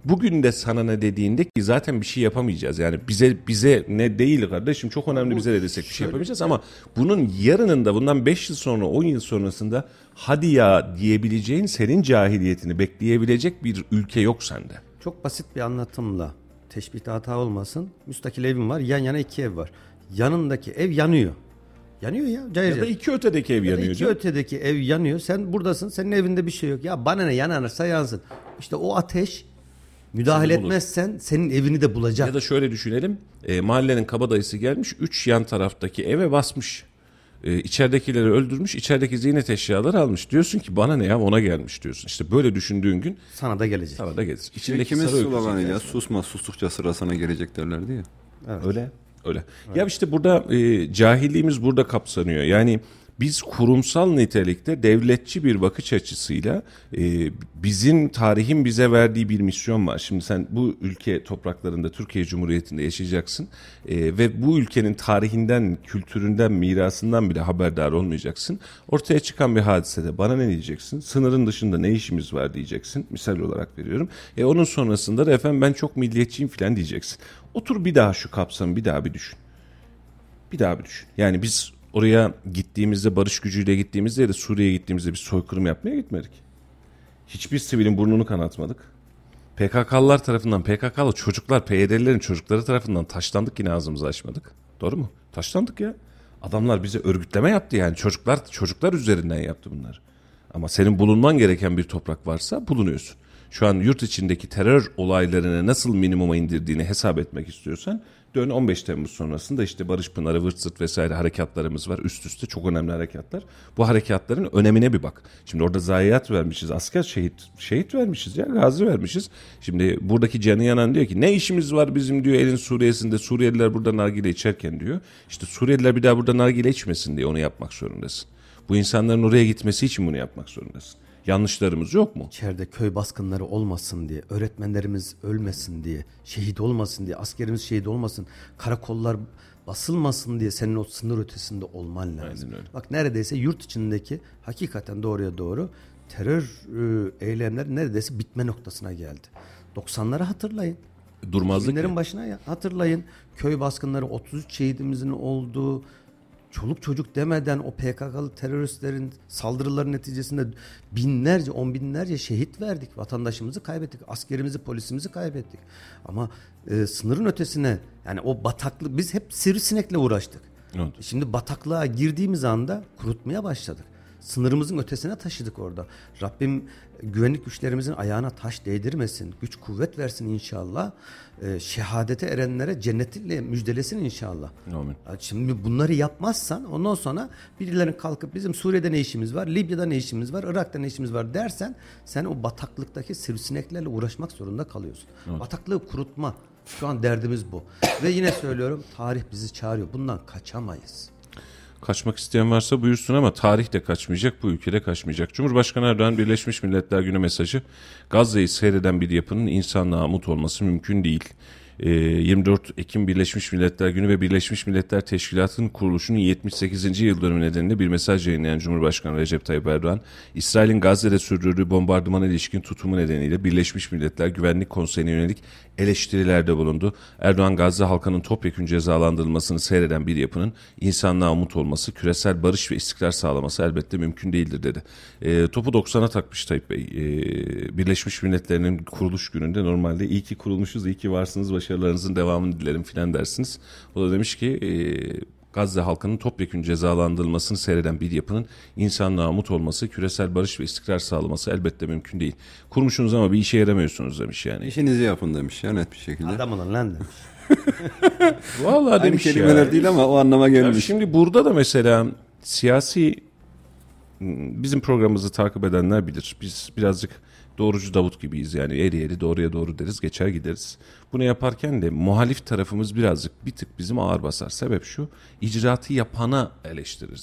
bugün de sana ne dediğinde ki zaten bir şey yapamayacağız. Yani bize bize ne değil kardeşim, çok önemli, bize de desek bir şey yapamayacağız ama bunun yarınında, bundan beş yıl sonra, on yıl sonrasında hadi ya diyebileceğin, senin cahiliyetini bekleyebilecek bir ülke yok sende. Çok basit bir anlatımla, teşbihte hata olmasın. Müstakil evim var, yan yana iki ev var. Yanındaki ev yanıyor. Yanıyor ya. Cayır Ya da cayır. iki ötedeki ev Ya da yanıyor. iki canım. ötedeki ev yanıyor. Sen buradasın. Senin evinde bir şey yok. Ya bana ne, yanarsa yansın. İşte o ateş müdahale Seni bulur. etmezsen senin evini de bulacak. Ya da şöyle düşünelim. E, mahallenin kabadayısı gelmiş, üç yan taraftaki eve basmış. E, içeridekileri öldürmüş, içerideki ziynet eşyaları almış. Diyorsun ki bana ne ya, ona gelmiş diyorsun. İşte böyle düşündüğün gün Sana da gelecek. sana da gelir. İçindeki İçindeki sarı öküzü sloganıyla gelsin. susma, sustukça sıra sana gelecek derlerdi ya. Öyle. Öyle. Ya işte burada e, cahilliğimiz burada kapsanıyor. Yani biz kurumsal nitelikte devletçi bir bakış açısıyla e, bizim tarihin bize verdiği bir misyon var. Şimdi sen bu ülke topraklarında, Türkiye Cumhuriyeti'nde yaşayacaksın e, ve bu ülkenin tarihinden, kültüründen, mirasından bile haberdar olmayacaksın. Ortaya çıkan bir hadisede bana ne diyeceksin? Sınırın dışında ne işimiz var diyeceksin. Misal olarak veriyorum. E onun sonrasında da efendim ben çok milliyetçiyim falan diyeceksin. Otur bir daha şu kapsamı bir daha bir düşün. Bir daha bir düşün. Yani biz oraya gittiğimizde, barış gücüyle gittiğimizde ya da Suriye'ye gittiğimizde bir soykırım yapmaya gitmedik. Hiçbir sivilin burnunu kanatmadık. P K K'lılar tarafından, P K K'lı çocuklar, P Y D'lilerin çocukları tarafından taşlandık, yine ağzımızı açmadık. Doğru mu? Taşlandık ya. Adamlar bize örgütleme yaptı yani. Çocuklar çocuklar üzerinden yaptı bunları. Ama senin bulunman gereken bir toprak varsa bulunuyorsun. Şu an yurt içindeki terör olaylarını nasıl minimuma indirdiğini hesap etmek istiyorsan dön on beş Temmuz sonrasında işte Barış Pınarı, Vırt Zırt vesaire harekatlarımız var. Üst üste çok önemli harekatlar. Bu harekatların önemine bir bak. Şimdi orada zayiat vermişiz. Asker şehit şehit vermişiz ya. Gazi vermişiz. Şimdi buradaki canı yanan diyor ki ne işimiz var bizim diyor elin Suriye'sinde. Suriyeliler burada nargile içerken diyor. İşte Suriyeliler bir daha burada nargile içmesin diye onu yapmak zorundasın. Bu insanların oraya gitmesi için bunu yapmak zorundasın. Yanlışlarımız yok mu? İçeride köy baskınları olmasın diye, öğretmenlerimiz ölmesin diye, şehit olmasın diye, askerimiz şehit olmasın, karakollar basılmasın diye senin o sınır ötesinde olman lazım. Aynen öyle. Bak neredeyse yurt içindeki hakikaten doğruya doğru terör e, eylemleri neredeyse bitme noktasına geldi. doksanları hatırlayın. Durmazlık Günlerin ya. başına ya, hatırlayın. Köy baskınları, otuz üç şehidimizin olduğu, çoluk çocuk demeden o P K K'lı teröristlerin saldırıları neticesinde binlerce, on binlerce şehit verdik. Vatandaşımızı kaybettik. Askerimizi, polisimizi kaybettik. Ama e, sınırın ötesine, yani o bataklık, biz hep sivrisinekle uğraştık. Evet. Şimdi bataklığa girdiğimiz anda kurutmaya başladık. Sınırımızın ötesine taşıdık orada. Rabbim güvenlik güçlerimizin ayağına taş değdirmesin. Güç kuvvet versin inşallah. Ee, şehadete erenlere cennetiyle müjdelesin inşallah. Amin. Şimdi bunları yapmazsan ondan sonra birilerinin kalkıp bizim Suriye'de ne işimiz var, Libya'da ne işimiz var, Irak'ta ne işimiz var dersen sen o bataklıktaki sivrisineklerle uğraşmak zorunda kalıyorsun. Evet. Bataklığı kurutma. Şu an derdimiz bu. Ve yine söylüyorum, tarih bizi çağırıyor. Bundan kaçamayız. Kaçmak isteyen varsa buyursun ama tarih de kaçmayacak, bu ülkede kaçmayacak. Cumhurbaşkanı Erdoğan Birleşmiş Milletler Günü mesajı: Gazze'yi seyreden bir yapının insanlığa umut olması mümkün değil. yirmi dört Ekim Birleşmiş Milletler Günü ve Birleşmiş Milletler Teşkilatı'nın kuruluşunun yetmiş sekizinci yıl dönümü nedeniyle bir mesaj yayınlayan Cumhurbaşkanı Recep Tayyip Erdoğan, İsrail'in Gazze'de sürdürdüğü bombardımana ilişkin tutumu nedeniyle Birleşmiş Milletler Güvenlik Konseyi'ne yönelik eleştirilerde bulundu. Erdoğan, Gazze halkının topyekün cezalandırılmasını seyreden bir yapının insanlığa umut olması, küresel barış ve istikrar sağlaması elbette mümkün değildir dedi. E, topu doksana takmış Tayyip Bey. E, Birleşmiş Milletler'in kuruluş gününde normalde iyi ki kurulmuşuz, iyi ki varsınız, başarılarınızın devamını dilerim filan dersiniz. O da demiş ki e, Gazze halkının topyekün cezalandırılmasını seyreden bir yapının insanlığa umut olması, küresel barış ve istikrar sağlaması elbette mümkün değil. Kurmuşsunuz ama bir işe yaramıyorsunuz demiş yani. İşinizi yapın demiş ya, net bir şekilde. Adam olun lan demiş. Vallahi Aynı demiş kelimeler ya. değil ama o anlama Ya gelmiş. şimdi burada da mesela siyasi, bizim programımızı takip edenler bilir. Biz birazcık doğrucu Davut gibiyiz yani, eğri eğri doğruya doğru deriz, geçer gideriz. Bunu yaparken de muhalif tarafımız birazcık bir tık bizim ağır basar. Sebep şu: icraatı yapana eleştirirsin.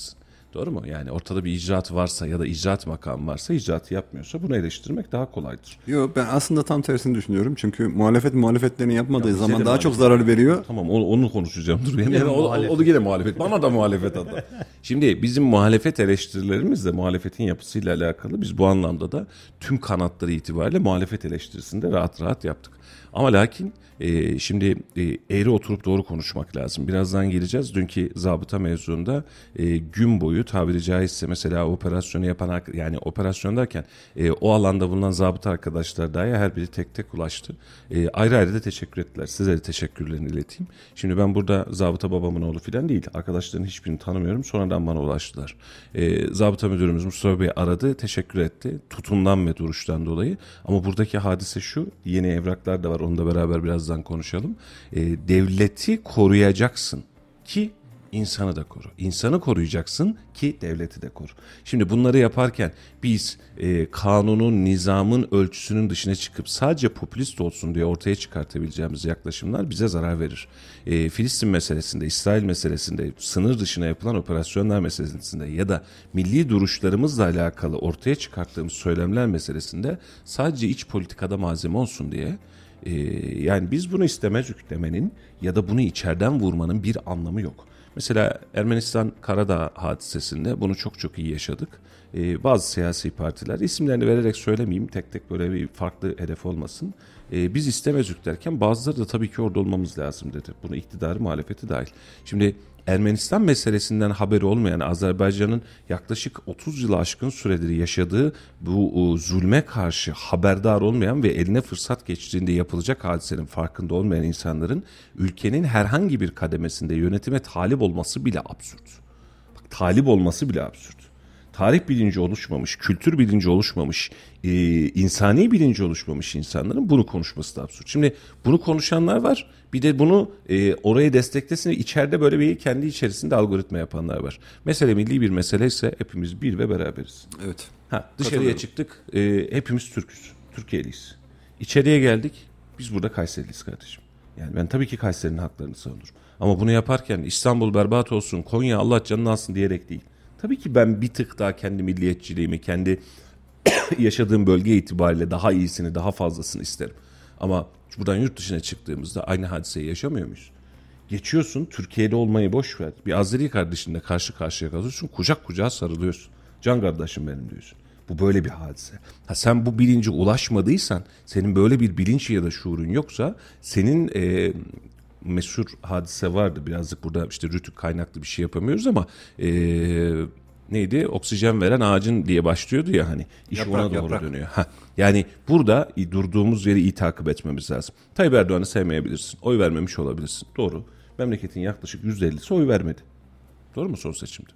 Doğru mu? Yani ortada bir icraat varsa ya da icraat makamı varsa, icraatı yapmıyorsa bunu eleştirmek daha kolaydır. Yok, ben aslında tam tersini düşünüyorum. Çünkü muhalefet muhalefetlerini yapmadığı Ya bize zaman de daha çok muhalefet. zarar veriyor. Tamam, onu, onu konuşacağım. Dur. Yani, Yine o, o, muhalefet. o da yine muhalefet. Bana da muhalefet adı. Şimdi bizim muhalefet eleştirilerimiz de muhalefetin yapısıyla alakalı. Biz bu anlamda da tüm kanatları itibariyle muhalefet eleştirisinde rahat rahat yaptık. Ama lakin e, şimdi e, eğri oturup doğru konuşmak lazım. Birazdan geleceğiz. Dünkü zabıta mevzuunda e, gün boyu tabiri caizse mesela operasyonu yapan, yani operasyon derken e, o alanda bulunan zabıta arkadaşlar dahi her biri tek tek ulaştı. E, ayrı ayrı da teşekkür ettiler. Size de teşekkürlerini ileteyim. Şimdi ben burada zabıta babamın oğlu falan değil. Arkadaşların hiçbirini tanımıyorum. Sonradan bana ulaştılar. E, zabıta müdürümüz Mustafa Bey aradı. Teşekkür etti. Tutumdan ve duruştan dolayı. Ama buradaki hadise şu. Yeni evraklar da var. Onu da beraber birazdan konuşalım. E, devleti koruyacaksın ki insanı da koru. İnsanı koruyacaksın ki devleti de koru. Şimdi bunları yaparken biz e, kanunun, nizamın ölçüsünün dışına çıkıp sadece popülist olsun diye ortaya çıkartabileceğimiz yaklaşımlar bize zarar verir. E, Filistin meselesinde, İsrail meselesinde, sınır dışına yapılan operasyonlar meselesinde ya da milli duruşlarımızla alakalı ortaya çıkarttığımız söylemler meselesinde sadece iç politikada malzeme olsun diye, e, yani biz bunu istemezdik demenin ya da bunu içeriden vurmanın bir anlamı yok. Mesela Ermenistan Karadağ hadisesinde bunu çok çok iyi yaşadık. Ee, bazı siyasi partiler, isimlerini vererek söylemeyeyim, tek tek böyle bir farklı hedef olmasın. Ee, biz istemezdik derken bazıları da tabii ki orada olmamız lazım dedi. Bunu iktidarı, muhalefeti dahil. Şimdi Ermenistan meselesinden haberi olmayan Azerbaycan'ın yaklaşık otuz yılı aşkın süredir yaşadığı bu zulme karşı haberdar olmayan ve eline fırsat geçtiğinde yapılacak hadisenin farkında olmayan insanların ülkenin herhangi bir kademesinde yönetime talip olması bile absürt. Bak, talip olması bile absürt. Tarih bilinci oluşmamış, kültür bilinci oluşmamış, e, insani bilinci oluşmamış insanların bunu konuşması da absürt. Şimdi bunu konuşanlar var, bir de bunu e, oraya desteklesin, içeride böyle bir kendi içerisinde algoritma yapanlar var. Mesele milli bir mesele ise hepimiz bir ve beraberiz. Evet. Ha, dışarıya çıktık, e, hepimiz Türk'üz, Türkiye'liyiz. İçeriye geldik, biz burada Kayseriliyiz kardeşim. Yani ben tabii ki Kayseri'nin haklarını savunurum. Ama bunu yaparken İstanbul berbat olsun, Konya Allah canını alsın diyerek değil. Tabii ki ben bir tık daha kendi milliyetçiliğimi, kendi yaşadığım bölge itibariyle daha iyisini, daha fazlasını isterim. Ama buradan yurt dışına çıktığımızda aynı hadiseyi yaşamıyor muyuz? Geçiyorsun, Türkiye'de olmayı boş ver. Bir Azeri kardeşinle karşı karşıya kalıyorsun, kucak kucağa sarılıyorsun. Can kardeşim benim diyorsun. Bu böyle bir hadise. Ha, sen bu bilince ulaşmadıysan, senin böyle bir bilinç ya da şuurun yoksa, senin e, meşhur hadise vardı. Birazcık burada işte rütük kaynaklı bir şey yapamıyoruz ama e, neydi? Oksijen veren ağacın diye başlıyordu ya hani. İş Yaprak, ona doğru yaprak. dönüyor. Ha, yani burada durduğumuz yeri iyi takip etmemiz lazım. Tayyip Erdoğan'ı sevmeyebilirsin. Oy vermemiş olabilirsin. Doğru. Memleketin yaklaşık yüzde ellisi oy vermedi. Doğru mu son seçimde?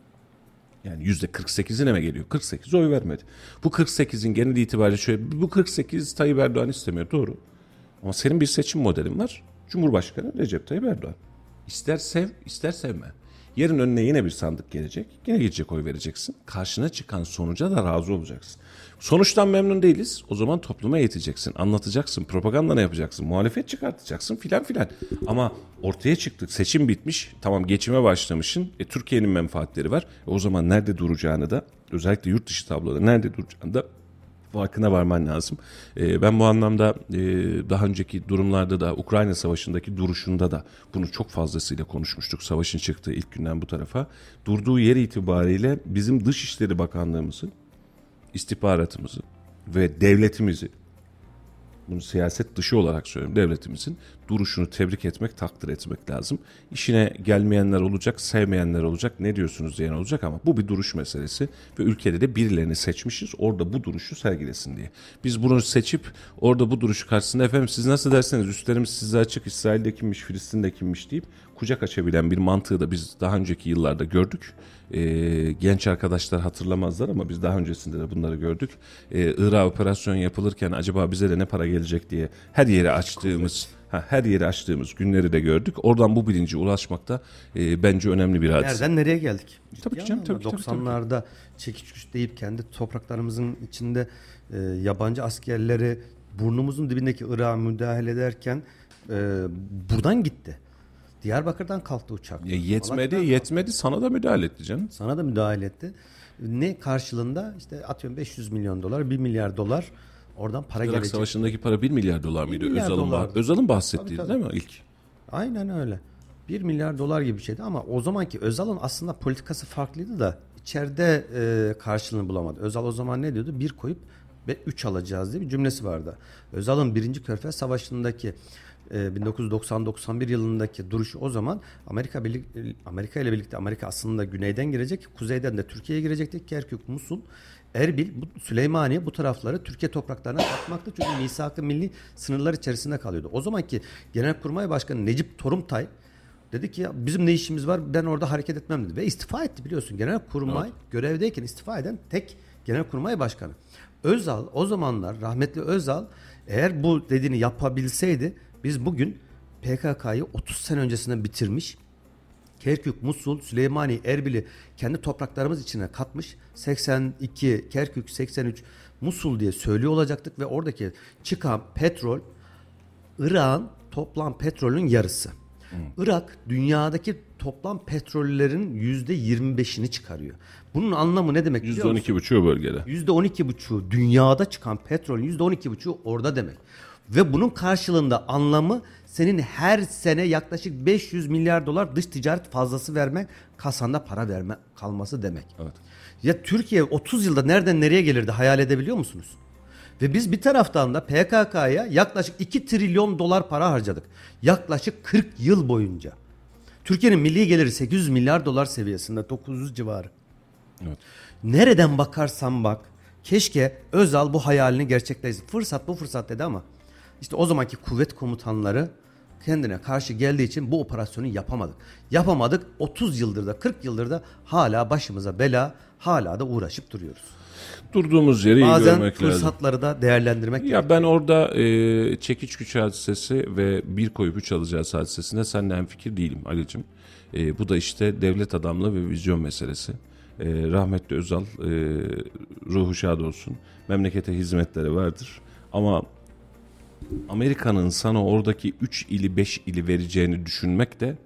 Yani yüzde kırk sekizine mi geliyor? kırk sekiz oy vermedi. Bu kırk sekizin genel itibariyle şöyle, bu kırk sekiz Tayyip Erdoğan istemiyor. Doğru. Ama senin bir seçim modelin var. Cumhurbaşkanı Recep Tayyip Erdoğan. İster sev, ister sevme. Yarın önüne yine bir sandık gelecek. Yine gidecek oy vereceksin. Karşına çıkan sonuca da razı olacaksın. Sonuçtan memnun değiliz. O zaman topluma eğiteceksin, anlatacaksın, propaganda yapacaksın, muhalefet çıkartacaksın filan filan. Ama ortaya çıktık, seçim bitmiş, tamam geçime başlamışsın. E, Türkiye'nin menfaatleri var. E, o zaman nerede duracağını da, özellikle yurt dışı tabloda nerede duracağını da farkına varman lazım. Ee, ben bu anlamda e, daha önceki durumlarda da Ukrayna Savaşı'ndaki duruşunda da bunu çok fazlasıyla konuşmuştuk. Savaşın çıktığı ilk günden bu tarafa. Durduğu yer itibariyle bizim Dışişleri Bakanlığımızı, istihbaratımızı ve devletimizi, bunu siyaset dışı olarak söylüyorum, devletimizin duruşunu tebrik etmek, takdir etmek lazım. İşine gelmeyenler olacak, sevmeyenler olacak, ne diyorsunuz diyen olacak ama bu bir duruş meselesi ve ülkede de birilerini seçmişiz orada bu duruşu sergilesin diye. Biz bunu seçip orada bu duruşu karşısında efendim siz nasıl derseniz üstlerimiz size açık, İsrail'de kimmiş, Filistin'de kimmiş deyip kucak açabilen bir mantığı da biz daha önceki yıllarda gördük. Ee, genç arkadaşlar hatırlamazlar ama biz daha öncesinde de bunları gördük. Ee, Irak operasyon yapılırken acaba bize de ne para gelecek diye her yeri açtığımız ha, her yeri açtığımız günleri de gördük. Oradan bu bilince ulaşmak da e, bence önemli bir hadise. Nereden nereye geldik? Tabii ki canım, tabii ki, tabii, doksanlarda çekiç güç deyip kendi topraklarımızın içinde e, yabancı askerleri burnumuzun dibindeki Irak'a müdahale ederken e, buradan gitti. Diyarbakır'dan kalktı uçak. E, yetmedi, Malatya'dan yetmedi sana da müdahale etti canım. Sana da müdahale etti. Ne karşılığında işte atıyorum beş yüz milyon dolar, bir milyar dolar oradan para Irak gelecek. Savaşı'ndaki para bir milyar dolar mıydı? bir milyar Özal'ın, dolar. bah- Özal'ın bahsettiği Tabii, tabii. değil mi ilk? Aynen öyle. bir milyar dolar gibi bir şeydi ama o zamanki Özal'ın aslında politikası farklıydı da içeride e, karşılığını bulamadı. Özal o zaman ne diyordu? Bir koyup ve üç alacağız diye bir cümlesi vardı. Özal'ın birinci Körfez Savaşı'ndaki e, bin dokuz yüz doksan doksan bir yılındaki duruşu o zaman Amerika birlik, Amerika ile birlikte Amerika aslında güneyden girecek, kuzeyden de Türkiye'ye girecekti. Kerkük, Musul, Erbil, bu, Süleymaniye bu tarafları Türkiye topraklarına katmaktı. Çünkü misak-ı milli sınırlar içerisinde kalıyordu. O zamanki Genelkurmay Başkanı Necip Torumtay dedi ki ya bizim ne işimiz var, ben orada hareket etmem dedi. Ve istifa etti biliyorsun. Genelkurmay evet. görevdeyken istifa eden tek Genelkurmay Başkanı. Özal o zamanlar, rahmetli Özal eğer bu dediğini yapabilseydi biz bugün P K K'yı otuz sene öncesinden bitirmiş, Kerkük, Musul, Süleymaniye, Erbil'i kendi topraklarımız içine katmış, seksen iki Kerkük, seksen üç Musul diye söylüyor olacaktık ve oradaki çıkan petrol Irak'ın toplam petrolün yarısı. Hmm. Irak dünyadaki toplam petrollerin yüzde yirmi beşini çıkarıyor. Bunun anlamı ne demek? yüzde on iki buçuğu bölgede. yüzde on iki buçuğu dünyada çıkan petrolün yüzde on iki buçuğu orada demek. Ve bunun karşılığında anlamı senin her sene yaklaşık beş yüz milyar dolar dış ticaret fazlası vermek, kasanda para verme kalması demek. Evet. Ya Türkiye otuz yılda nereden nereye gelirdi hayal edebiliyor musunuz? Ve biz bir taraftan da P K K'ya yaklaşık iki trilyon dolar para harcadık. Yaklaşık kırk yıl boyunca. Türkiye'nin milli geliri sekiz yüz milyar dolar seviyesinde, dokuz yüz civarı. Evet. Nereden bakarsan bak, keşke Özal bu hayalini gerçekleştirsin. Fırsat bu fırsat dedi ama işte o zamanki kuvvet komutanları kendine karşı geldiği için bu operasyonu yapamadık. Yapamadık. otuz yıldır da kırk yıldır da hala başımıza bela, hala da uğraşıp duruyoruz. Durduğumuz yeri iyi Bazen görmek lazım. Bazen fırsatları da değerlendirmek Ya gerekiyor. ben orada e, çekiç güç hadisesi ve bir koyup üç alacağız hadisesinde seninle hemfikir değilim Ali'cim. E, bu da işte devlet adamlığı ve vizyon meselesi. E, rahmetli Özal e, ruhu şad olsun. Memlekete hizmetleri vardır. Ama Amerika'nın sana oradaki üç ili beş ili vereceğini düşünmek de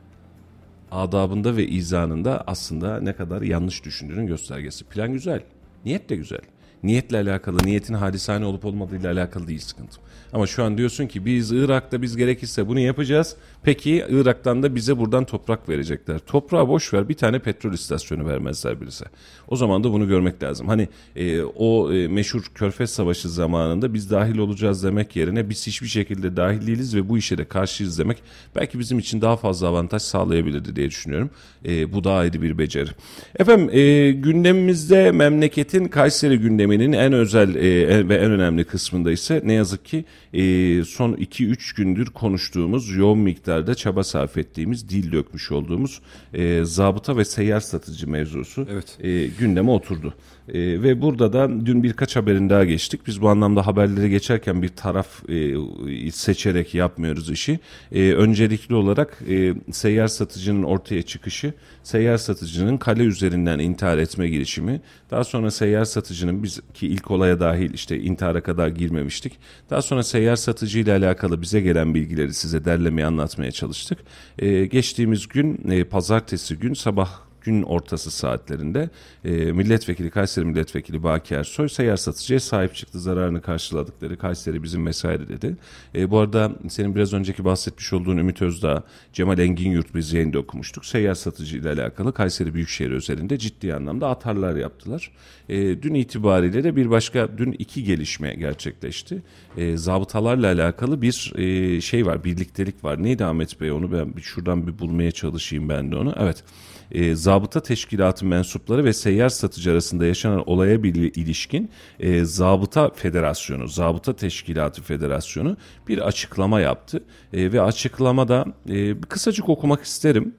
adabında ve izanında aslında ne kadar yanlış düşündüğünün göstergesi. Plan güzel, niyet de güzel. Niyetle alakalı, niyetin hadisane olup olmadığıyla alakalı değil sıkıntı. Ama şu an diyorsun ki biz Irak'ta biz gerekirse bunu yapacağız. Peki Irak'tan da bize buradan toprak verecekler. Toprağı boş ver, bir tane petrol istasyonu vermezler birisi. O zaman da bunu görmek lazım. Hani e, o e, meşhur Körfez Savaşı zamanında biz dahil olacağız demek yerine biz hiçbir şekilde dahil değiliz ve bu işe de karşıyız demek belki bizim için daha fazla avantaj sağlayabilirdi diye düşünüyorum. E, bu da ayrı bir beceri. Efendim e, gündemimizde memleketin Kayseri gündeminin en özel e, ve en önemli kısmında ise ne yazık ki e, son iki üç gündür konuştuğumuz, yoğun miktarda çaba sarf ettiğimiz, dil dökmüş olduğumuz e, zabıta ve seyyar satıcı mevzusu Evet. e, gündeme oturdu. E, ve burada da dün birkaç haberin daha geçtik. Biz bu anlamda haberleri geçerken bir taraf e, seçerek yapmıyoruz işi. E, öncelikli olarak e, seyyar satıcının ortaya çıkışı, seyyar satıcının kale üzerinden intihar etme girişimi, daha sonra seyyar satıcının, biz ki ilk olaya dahil işte intihara kadar girmemiştik. Daha sonra seyyar satıcı ile alakalı bize gelen bilgileri size derlemeye, anlatmaya çalıştık. E, geçtiğimiz gün e, pazartesi gün sabah gün ortası saatlerinde e, milletvekili, Kayseri milletvekili Baki Ersoy seyyar satıcıya sahip çıktı. Zararını karşıladıkları, Kayseri bizim vesaire dedi. E, bu arada senin biraz önceki bahsetmiş olduğun Ümit Özdağ, Cemal Enginyurt biz yayında okumuştuk. Seyyar satıcı ile alakalı Kayseri Büyükşehir özelinde ciddi anlamda atarlar yaptılar. E, dün itibariyle de bir başka, dün iki gelişme gerçekleşti. E, zabıtalarla alakalı bir e, şey var, birliktelik var. Neydi Ahmet Bey, onu ben bir şuradan bir bulmaya çalışayım ben de onu. Evet. E, zabıta teşkilatı mensupları ve seyyar satıcı arasında yaşanan olaya bir ilişkin e, Zabıta Federasyonu, Zabıta Teşkilatı Federasyonu bir açıklama yaptı. E, ve açıklamada e, kısacık okumak isterim.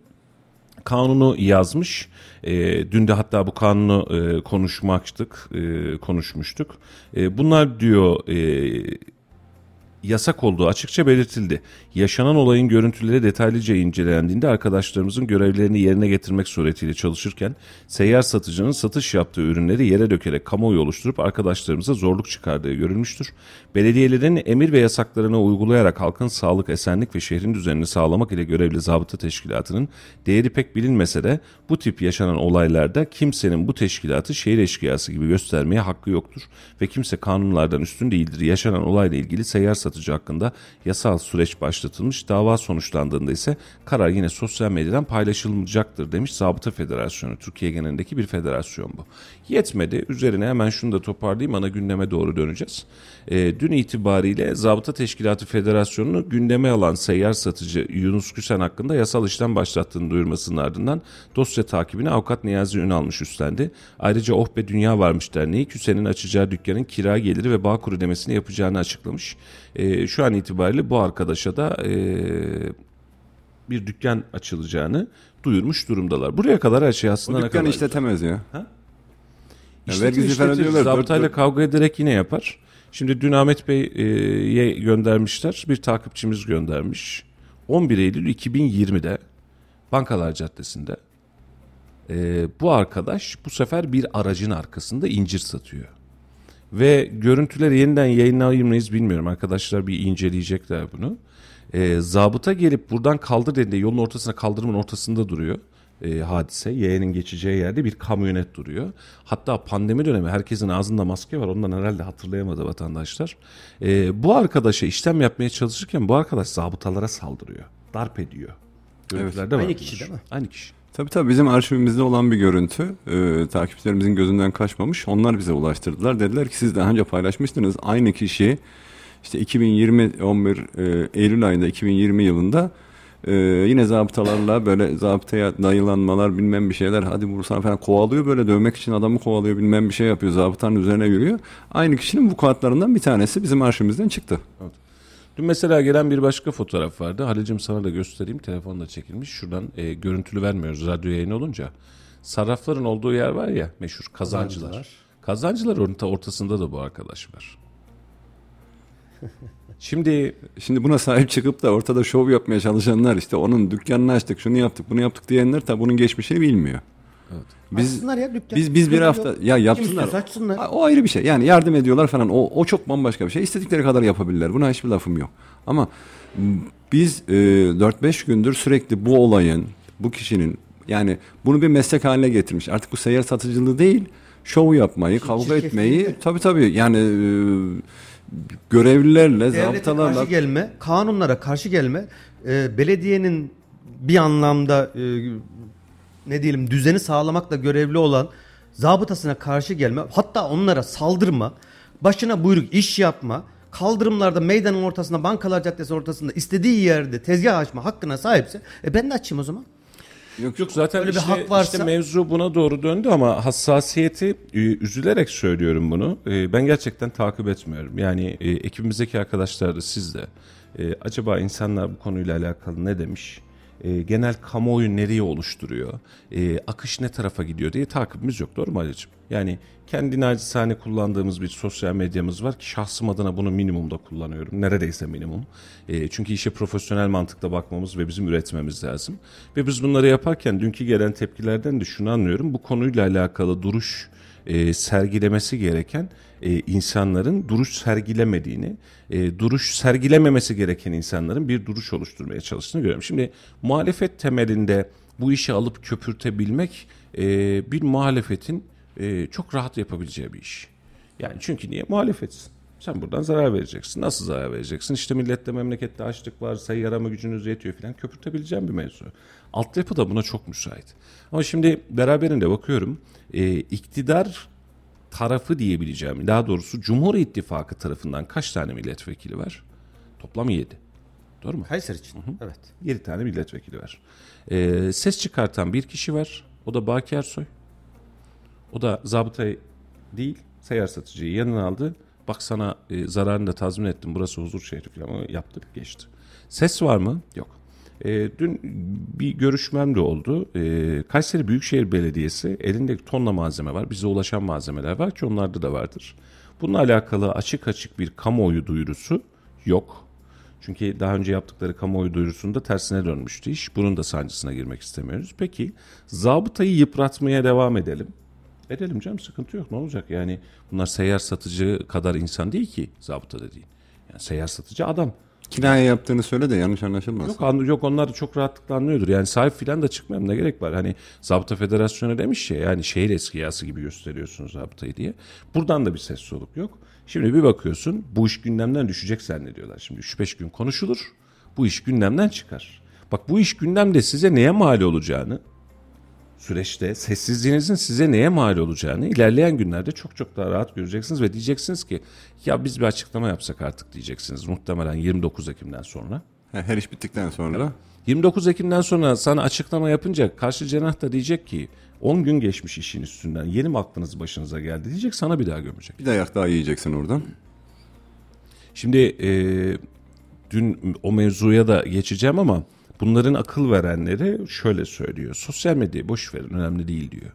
Kanunu yazmış. E, dün de hatta bu kanunu e, konuşmaktık, e, konuşmuştuk. E, bunlar diyor... E, yasak olduğu açıkça belirtildi. Yaşanan olayın görüntüleri detaylıca incelendiğinde arkadaşlarımızın görevlerini yerine getirmek suretiyle çalışırken seyyar satıcının satış yaptığı ürünleri yere dökerek kamuoyu oluşturup arkadaşlarımıza zorluk çıkardığı görülmüştür. Belediyelerin emir ve yasaklarını uygulayarak halkın sağlık, esenlik ve şehrin düzenini sağlamak ile görevli zabıta teşkilatının değeri pek bilinmese de bu tip yaşanan olaylarda kimsenin bu teşkilatı şehir eşkıyası gibi göstermeye hakkı yoktur ve kimse kanunlardan üstün değildir. Yaşanan olayla ilgili seyyar satıcı hakkında yasal süreç başlatılmış. Dava sonuçlandığında ise karar yine sosyal medyadan paylaşılacaktır demiş Zabıta Federasyonu. Türkiye genelindeki bir federasyon bu. Yetmedi. Üzerine hemen şunu da toparlayayım. Ana gündeme doğru döneceğiz. E, dün itibariyle Zabıta Teşkilatı Federasyonu'nu gündeme alan seyyar satıcı Yunus Küsen hakkında yasal işlem başlattığını duyurmasının ardından dosya takibini avukat Niyazi Ünalmış üstlendi. Ayrıca Oh Be Dünya Varmış Derneği Küsen'in açacağı dükkanın kira geliri ve Bağkur ödemesini yapacağını açıklamış. E, şu an itibariyle bu arkadaşa da e, bir dükkan açılacağını duyurmuş durumdalar. Buraya kadar her şey aslında O ne dükkanı kadar işletemez ya. Ha? Ya vergisi falan İşletir, diyorlar. zabıtayla Dört- kavga ederek yine yapar. Şimdi dün Ahmet Bey'e göndermişler. Bir takipçimiz göndermiş. on bir Eylül iki bin yirmide Bankalar Caddesi'nde e, bu arkadaş bu sefer bir aracın arkasında incir satıyor. Ve görüntüleri yeniden yayınlayır mıyız bilmiyorum. Arkadaşlar bir inceleyecekler bunu. E, zabıta gelip buradan kaldır dediğinde yolun ortasına, kaldırımın ortasında duruyor. E, hadise. Yeğenin geçeceği yerde bir kamyonet duruyor. Hatta pandemi dönemi herkesin ağzında maske var. Ondan herhalde hatırlayamadı vatandaşlar. E, bu arkadaşa işlem yapmaya çalışırken bu arkadaş zabıtalara saldırıyor. Darp ediyor. Görüntülerde Aynı var kişi bunlar. değil mi? Aynı kişi. Tabii tabii bizim arşivimizde olan bir görüntü. Ee, takipçilerimizin gözünden kaçmamış. Onlar bize ulaştırdılar. Dediler ki siz daha önce paylaşmıştınız. Aynı kişi işte iki bin yirmi on bir e, Eylül ayında iki bin yirmi yılında e, yine zabıtalarla böyle zabıtaya dayılanmalar bilmem bir şeyler hadi vursana falan kovalıyor. Böyle dövmek için adamı kovalıyor bilmem bir şey yapıyor. Zabıtanın üzerine yürüyor. Aynı kişinin vukuatlarından bir tanesi bizim arşivimizden çıktı. Evet. Dün mesela gelen bir başka fotoğraf vardı. Halil'cim sana da göstereyim. Telefonla çekilmiş. Şuradan e, görüntülü vermiyoruz radyo yayını olunca. Sarrafların olduğu yer var ya meşhur kazancılar. Kazancılar, Kazancılar orta, ortasında da bu arkadaş var. Şimdi Şimdi buna sahip çıkıp da ortada şov yapmaya çalışanlar işte onun dükkanını açtık, şunu yaptık, bunu yaptık diyenler tabi bunun geçmişini bilmiyor. evet. Biz Açsınlar ya dükkan. biz biz bir Sıkıntı hafta yok. ya Kim yapsınlar. istiyorsa açsınlar. Ha, o ayrı bir şey. Yani yardım ediyorlar falan. O o çok bambaşka bir şey. İstedikleri kadar yapabilirler. Buna hiçbir lafım yok. Ama m, biz e, dört beş gündür sürekli bu olayın, bu kişinin yani bunu bir meslek haline getirmiş. Artık bu seyyar satıcılığı değil, şov yapmayı, kavga Çirkefliği etmeyi de. tabii tabii yani e, görevlilerle, Devlete zabıtalarla karşı gelme, kanunlara karşı gelme, e, belediyenin bir anlamda e, ne diyelim düzeni sağlamakla görevli olan zabıtasına karşı gelme, hatta onlara saldırma, başına buyruk iş yapma, kaldırımlarda, meydanın ortasında, Bankalar Caddesi ortasında istediği yerde tezgah açma hakkına sahipse e ben de açayım o zaman. Yok yok zaten Öyle bir işte, hak varsa- işte mevzu buna doğru döndü ama hassasiyeti e, üzülerek söylüyorum bunu. E, ben gerçekten takip etmiyorum. Yani e, ekibimizdeki arkadaşlar da siz de e, acaba insanlar bu konuyla alakalı ne demiş? E, genel kamuoyu nereye oluşturuyor? E, akış ne tarafa gidiyor diye takibimiz yok. Doğru mu Ali'ciğim? Yani kendi nacizane kullandığımız bir sosyal medyamız var ki şahsım adına bunu minimumda kullanıyorum. Neredeyse minimum. E, çünkü işe profesyonel mantıkla bakmamız ve bizim üretmemiz lazım. Ve biz bunları yaparken dünkü gelen tepkilerden de şunu anlıyorum. Bu konuyla alakalı duruş e, sergilemesi gereken e, insanların duruş sergilemediğini, e, duruş sergilememesi gereken insanların bir duruş oluşturmaya çalıştığını görüyorum. Şimdi muhalefet temelinde bu işi alıp köpürtebilmek e, bir muhalefetin e, çok rahat yapabileceği bir iş. Yani çünkü niye? Muhalefetsin. Sen buradan zarar vereceksin. Nasıl zarar vereceksin? İşte millette memlekette açlık var, sayı arama gücünüz yetiyor falan. Köpürtebileceğim bir mevzu. Altyapı da buna çok müsait. Ama şimdi beraberinde bakıyorum. E, iktidar tarafı diyebileceğim, daha doğrusu Cumhur İttifakı tarafından kaç tane milletvekili var? Toplam yedi. Doğru mu? Kayseri için. Hı hı. Evet. yedi tane milletvekili var. E, ses çıkartan bir kişi var. O da Baki Ersoy. O da zabıta değil, seyyar satıcıyı yanına aldı. Bak sana e, zararını da tazmin ettim. Burası huzur şehri falan yaptık geçti. Ses var mı? Yok. E, dün bir görüşmem de oldu. E, Kayseri Büyükşehir Belediyesi elinde tonla malzeme var. Bize ulaşan malzemeler var ki onlarda da vardır. Bununla alakalı açık açık bir kamuoyu duyurusu Yok. Çünkü daha önce yaptıkları kamuoyu duyurusunda tersine dönmüştü iş. Bunun da sancısına girmek istemiyoruz. Peki zabıtayı yıpratmaya devam edelim. Edelim canım, sıkıntı yok, ne olacak? Yani bunlar seyyar satıcı kadar insan değil ki zabıta dediğin. Yani seyyar satıcı adam. Kinaya yaptığını söyle de yanlış anlaşılmasın. Yok, an- yok onlar da çok rahatlıkla anlıyordur. Yani sahip filan da çıkmaya ne gerek var? Hani Zabıta Federasyonu demiş ya, yani şehir eskiyası gibi gösteriyorsunuz zabıtayı diye. Buradan da bir ses soluk yok. Şimdi bir bakıyorsun bu iş gündemden düşecek zannediyorlar. Şimdi üç beş gün konuşulur, bu iş gündemden çıkar. Bak bu iş gündemde size neye mal olacağını, süreçte sessizliğinizin size neye mal olacağını ilerleyen günlerde çok çok daha rahat göreceksiniz ve diyeceksiniz ki ya biz bir açıklama yapsak artık diyeceksiniz muhtemelen yirmi dokuz Ekim'den sonra. Her iş bittikten sonra. yirmi dokuz Ekim'den sonra sana açıklama yapınca karşı cenah da diyecek ki on gün geçmiş işin üstünden, yeni mi aklınız başınıza geldi diyecek, sana bir daha gömecek. Bir dayak daha yiyeceksin oradan. Şimdi e, dün o mevzuya da geçeceğim ama bunların akıl verenleri şöyle söylüyor. Sosyal medyayı boş verin, önemli değil diyor.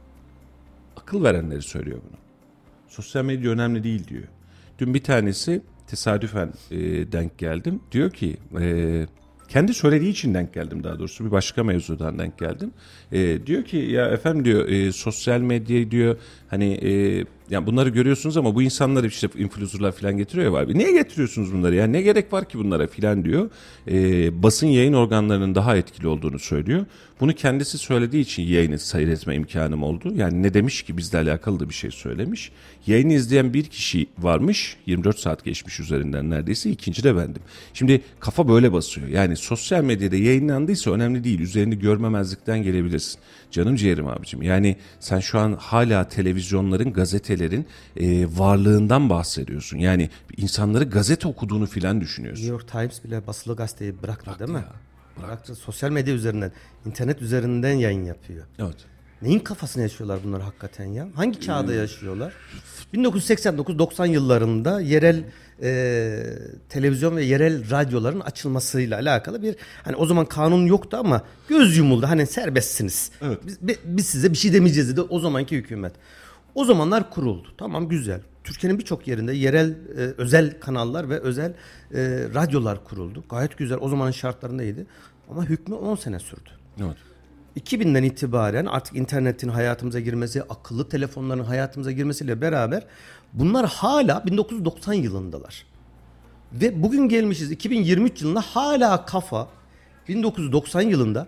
Akıl verenleri söylüyor bunu. Sosyal medya önemli değil diyor. Dün bir tanesi tesadüfen e, denk geldim. Diyor ki e, kendi söylediği için denk geldim, daha doğrusu bir başka mevzudan denk geldim. E, diyor ki ya efendim diyor e, sosyal medyayı diyor hani e, yani bunları görüyorsunuz ama bu insanlar işte influencerlar falan getiriyor ya abi. Niye getiriyorsunuz bunları ya? Ne gerek var ki bunlara filan diyor. E, basın yayın organlarının daha etkili olduğunu söylüyor. Bunu kendisi söylediği için yayını seyretme imkanım oldu. Yani ne demiş ki bizle alakalı da bir şey söylemiş. Yayını izleyen bir kişi varmış. yirmi dört saat geçmiş üzerinden neredeyse. İkinci de bendim. Şimdi kafa böyle basıyor. Yani sosyal medyada yayınlandıysa önemli değil. Üzerini görmemezlikten gelebilirsin. Canım ciğerim abicim. Yani sen şu an hala televizyonların, gazetelerin e, varlığından bahsediyorsun. Yani insanları gazete okuduğunu filan düşünüyorsun. New York Times bile basılı gazeteyi bıraktı, Bıraktı değil mi? ya, Bıraktı. Sosyal medya üzerinden, internet üzerinden yayın yapıyor. Evet. Neyin kafasını yaşıyorlar bunlar hakikaten ya? Hangi çağda yaşıyorlar? bin dokuz yüz seksen dokuz doksan yıllarında yerel e, televizyon ve yerel radyoların açılmasıyla alakalı bir, hani o zaman kanun yoktu ama göz yumuldu. Hani serbestsiniz. Evet. Biz, biz size bir şey demeyeceğiz dedi o zamanki hükümet. O zamanlar kuruldu. Tamam, güzel. Türkiye'nin birçok yerinde yerel e, özel kanallar ve özel e, radyolar kuruldu. Gayet güzel. O zamanın şartlarında iyiydi. Ama hükmü on sene sürdü. Evet. iki binden itibaren artık internetin hayatımıza girmesi, akıllı telefonların hayatımıza girmesiyle beraber bunlar hala bin dokuz yüz doksan yılındalar. Ve bugün gelmişiz iki bin yirmi üç yılında hala kafa bin dokuz yüz doksan yılında,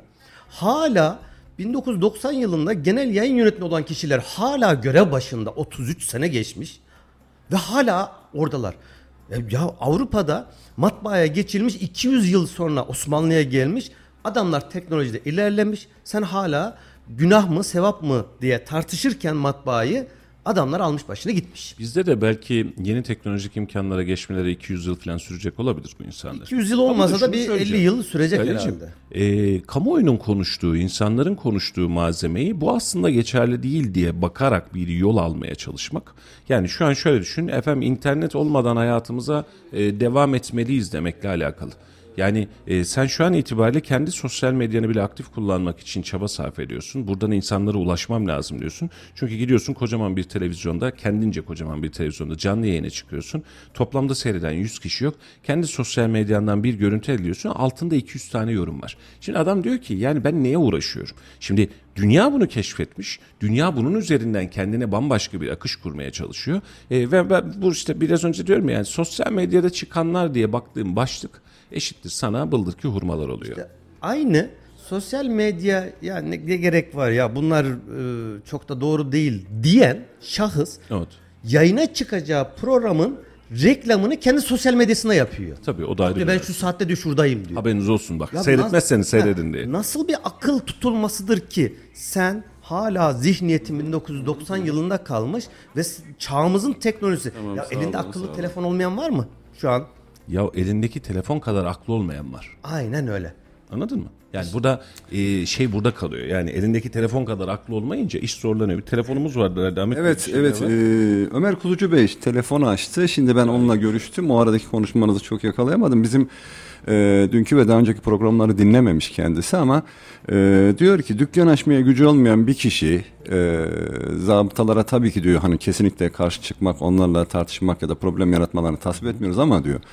hala bin dokuz yüz doksan yılında genel yayın yönetmeni olan kişiler hala görev başında, otuz üç sene geçmiş ve hala oradalar. Ya Avrupa'da matbaaya geçilmiş, iki yüz yıl sonra Osmanlı'ya gelmiş. Adamlar teknolojide ilerlemiş. Sen hala günah mı sevap mı diye tartışırken matbaayı adamlar almış başını gitmiş. Bizde de belki yeni teknolojik imkanlara geçmeleri iki yüz yıl falan sürecek olabilir bu insanlar. iki yüz yıl olmasa Ama da şunu bir söyleyeceğim. elli yıl sürecek Söyleyeceğim. herhalde. E, kamuoyunun konuştuğu, insanların konuştuğu malzemeyi bu aslında geçerli değil diye bakarak bir yol almaya çalışmak. Yani şu an şöyle düşün, efendim internet olmadan hayatımıza e, devam etmeliyiz demekle alakalı. Yani e, sen şu an itibariyle kendi sosyal medyanı bile aktif kullanmak için çaba sarf ediyorsun. Buradan insanlara ulaşmam lazım diyorsun. Çünkü gidiyorsun kocaman bir televizyonda, kendince kocaman bir televizyonda canlı yayına çıkıyorsun. Toplamda seyreden yüz kişi yok. Kendi sosyal medyandan bir görüntü ediyorsun. Altında iki yüz tane yorum var. Şimdi adam diyor ki yani ben neye uğraşıyorum? Şimdi dünya bunu keşfetmiş. Dünya bunun üzerinden kendine bambaşka bir akış kurmaya çalışıyor. E, ve ben bu işte biraz önce diyorum ya, yani sosyal medyada çıkanlar diye baktığım başlık eşittir sana bıldır ki hurmalar oluyor. İşte aynı sosyal medya ya ne, ne gerek var ya bunlar e, çok da doğru değil diyen şahıs Evet. yayına çıkacağı programın reklamını kendi sosyal medyasına yapıyor. Tabii o da ayrı. Diyor, ben şu saatte de şuradayım diyor. Haberiniz olsun bak. Ya Seyretmezseniz nasıl- seyredin Ha, diye. Nasıl bir akıl tutulmasıdır ki sen hala zihniyetin bin dokuz yüz doksan yılında kalmış ve s- çağımızın teknolojisi. Ya sağ elinde olun, akıllı sağ olun. telefon olmayan var mı şu an? Ya elindeki telefon kadar aklı olmayan var. Aynen öyle. Anladın mı? Yani burada e, şey burada kalıyor. Yani elindeki telefon kadar aklı olmayınca iş zorlanıyor. Bir telefonumuz vardı herhalde. Ahmet Bey, bir Evet, şey evet. var. Ee, Ömer Kulucu Bey telefonu açtı. Şimdi ben onunla görüştüm. O aradaki konuşmanızı çok yakalayamadım. Bizim e, dünkü ve daha önceki programları dinlememiş kendisi ama e, diyor ki dükkan açmaya gücü olmayan bir kişi e, zabıtalara tabii ki diyor hani kesinlikle karşı çıkmak, onlarla tartışmak ya da problem yaratmalarını tasvip etmiyoruz ama diyor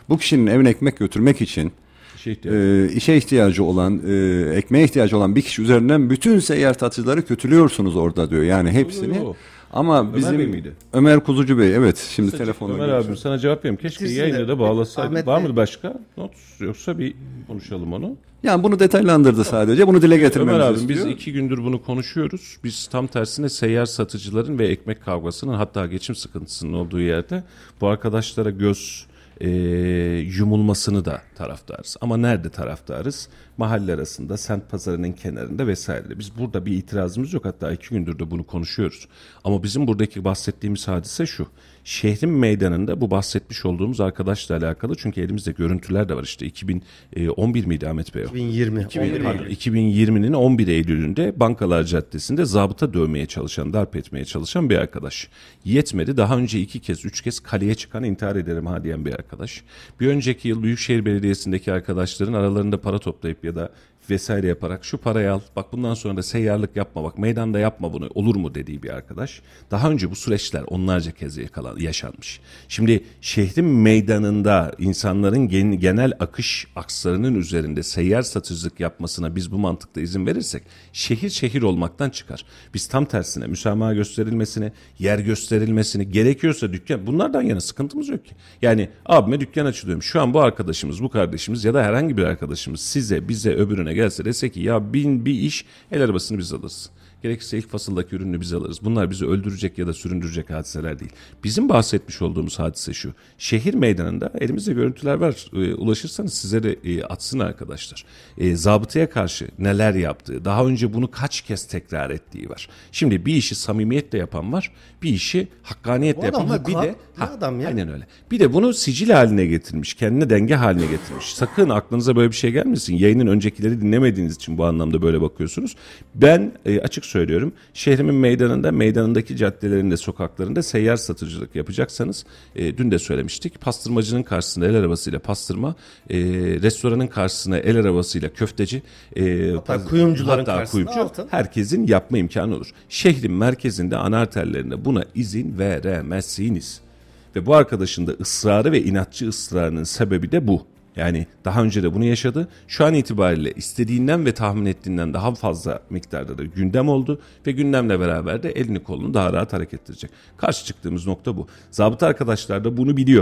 Bu kişinin evine ekmek götürmek için Şey ihtiyacı. e, işe ihtiyacı olan, e, ekmeğe ihtiyacı olan bir kişi üzerinden bütün seyyar satıcıları kötülüyorsunuz orada diyor. Yani hepsini. Yo, yo. Ama bizim Bey miydi? Ömer Kuzucu Bey, evet, şimdi telefonla Ömer görüşüyorum. abim sana cevap vereyim. Keşke Siz yayını de- da bağlasaydık. Ahmet Var Bey- mı başka not? Yoksa bir konuşalım onu. Yani bunu detaylandırdı sadece. Bunu dile Ömer getirmemizi abim biz istiyor. iki gündür bunu konuşuyoruz. Biz tam tersine seyyar satıcıların ve ekmek kavgasının, hatta geçim sıkıntısının olduğu yerde bu arkadaşlara göz e, yumulmasını da taraftarız. Ama nerede taraftarız? Mahalle arasında, semt pazarının kenarında vesaire. Biz burada bir itirazımız yok. Hatta iki gündür de bunu konuşuyoruz. Ama bizim buradaki bahsettiğimiz hadise şu. Şehrin meydanında bu bahsetmiş olduğumuz arkadaşla alakalı, çünkü elimizde görüntüler de var. İşte iki bin on bir miydi Ahmet Bey o? iki bin yirmi. Pardon, iki bin yirminin on bir Eylül'ünde Bankalar Caddesi'nde zabıta dövmeye çalışan, darp etmeye çalışan bir arkadaş. Yetmedi, daha önce iki kez, üç kez kaleye çıkan, intihar ederim ha diyen bir arkadaş. Bir önceki yıl Büyükşehir Belediyesi'ndeki arkadaşların aralarında para toplayıp ya da vesaire yaparak şu parayı al, bak bundan sonra da seyyarlık yapma, bak meydanda yapma bunu, olur mu dediği bir arkadaş. Daha önce bu süreçler onlarca kez yakalan, yaşanmış. Şimdi şehrin meydanında insanların gen, genel akış akslarının üzerinde seyyar satıcılık yapmasına biz bu mantıkla izin verirsek şehir şehir olmaktan çıkar. Biz tam tersine müsamaha gösterilmesini, yer gösterilmesini, gerekiyorsa dükkan, bunlardan yana sıkıntımız yok ki. Yani abime dükkan açılıyorum. Şu an bu arkadaşımız, bu kardeşimiz ya da herhangi bir arkadaşımız size, bize, öbürüne gelse dese ki ya bin bir iş, el arabasını biz alırız. Gerekirse ilk fasıldaki ürünü biz alırız. Bunlar bizi öldürecek ya da süründürecek hadiseler değil. Bizim bahsetmiş olduğumuz hadise şu. Şehir meydanında elimizde görüntüler var. E, ulaşırsanız size de e, atsın arkadaşlar. E, zabıtaya karşı neler yaptığı, daha önce bunu kaç kez tekrar ettiği var. Şimdi bir işi samimiyetle yapan var. Bir işi hakkaniyetle Bu yapan adam var. Bir de vukuat, ne adam ya? aynen öyle. Bir de bunu sicil haline getirmiş. Kendine denge haline getirmiş. Sakın aklınıza böyle bir şey gelmesin. Yayının öncekileri dinlemediğiniz için bu anlamda böyle bakıyorsunuz. Ben e, açık söylüyorum. Şehrimin meydanında, meydanındaki caddelerinde, sokaklarında seyyar satıcılık yapacaksanız, e, dün de söylemiştik. Pastırmacının karşısında el arabasıyla pastırma, e, restoranın karşısına el arabasıyla köfteci, e, Hatta kuyumcuların hatta karşısında kuyumcu, altın. herkesin yapma imkanı olur. Şehrin merkezinde, ana arterlerinde buna izin veremezsiniz. Ve bu arkadaşın da ısrarı ve inatçı ısrarının sebebi de bu. Yani daha önce de bunu yaşadı. Şu an itibariyle istediğinden ve tahmin ettiğinden daha fazla miktarda da gündem oldu. Ve gündemle beraber de elini kolunu daha rahat hareket edecek. Karşı çıktığımız nokta bu. Zabıta arkadaşlar da bunu biliyor.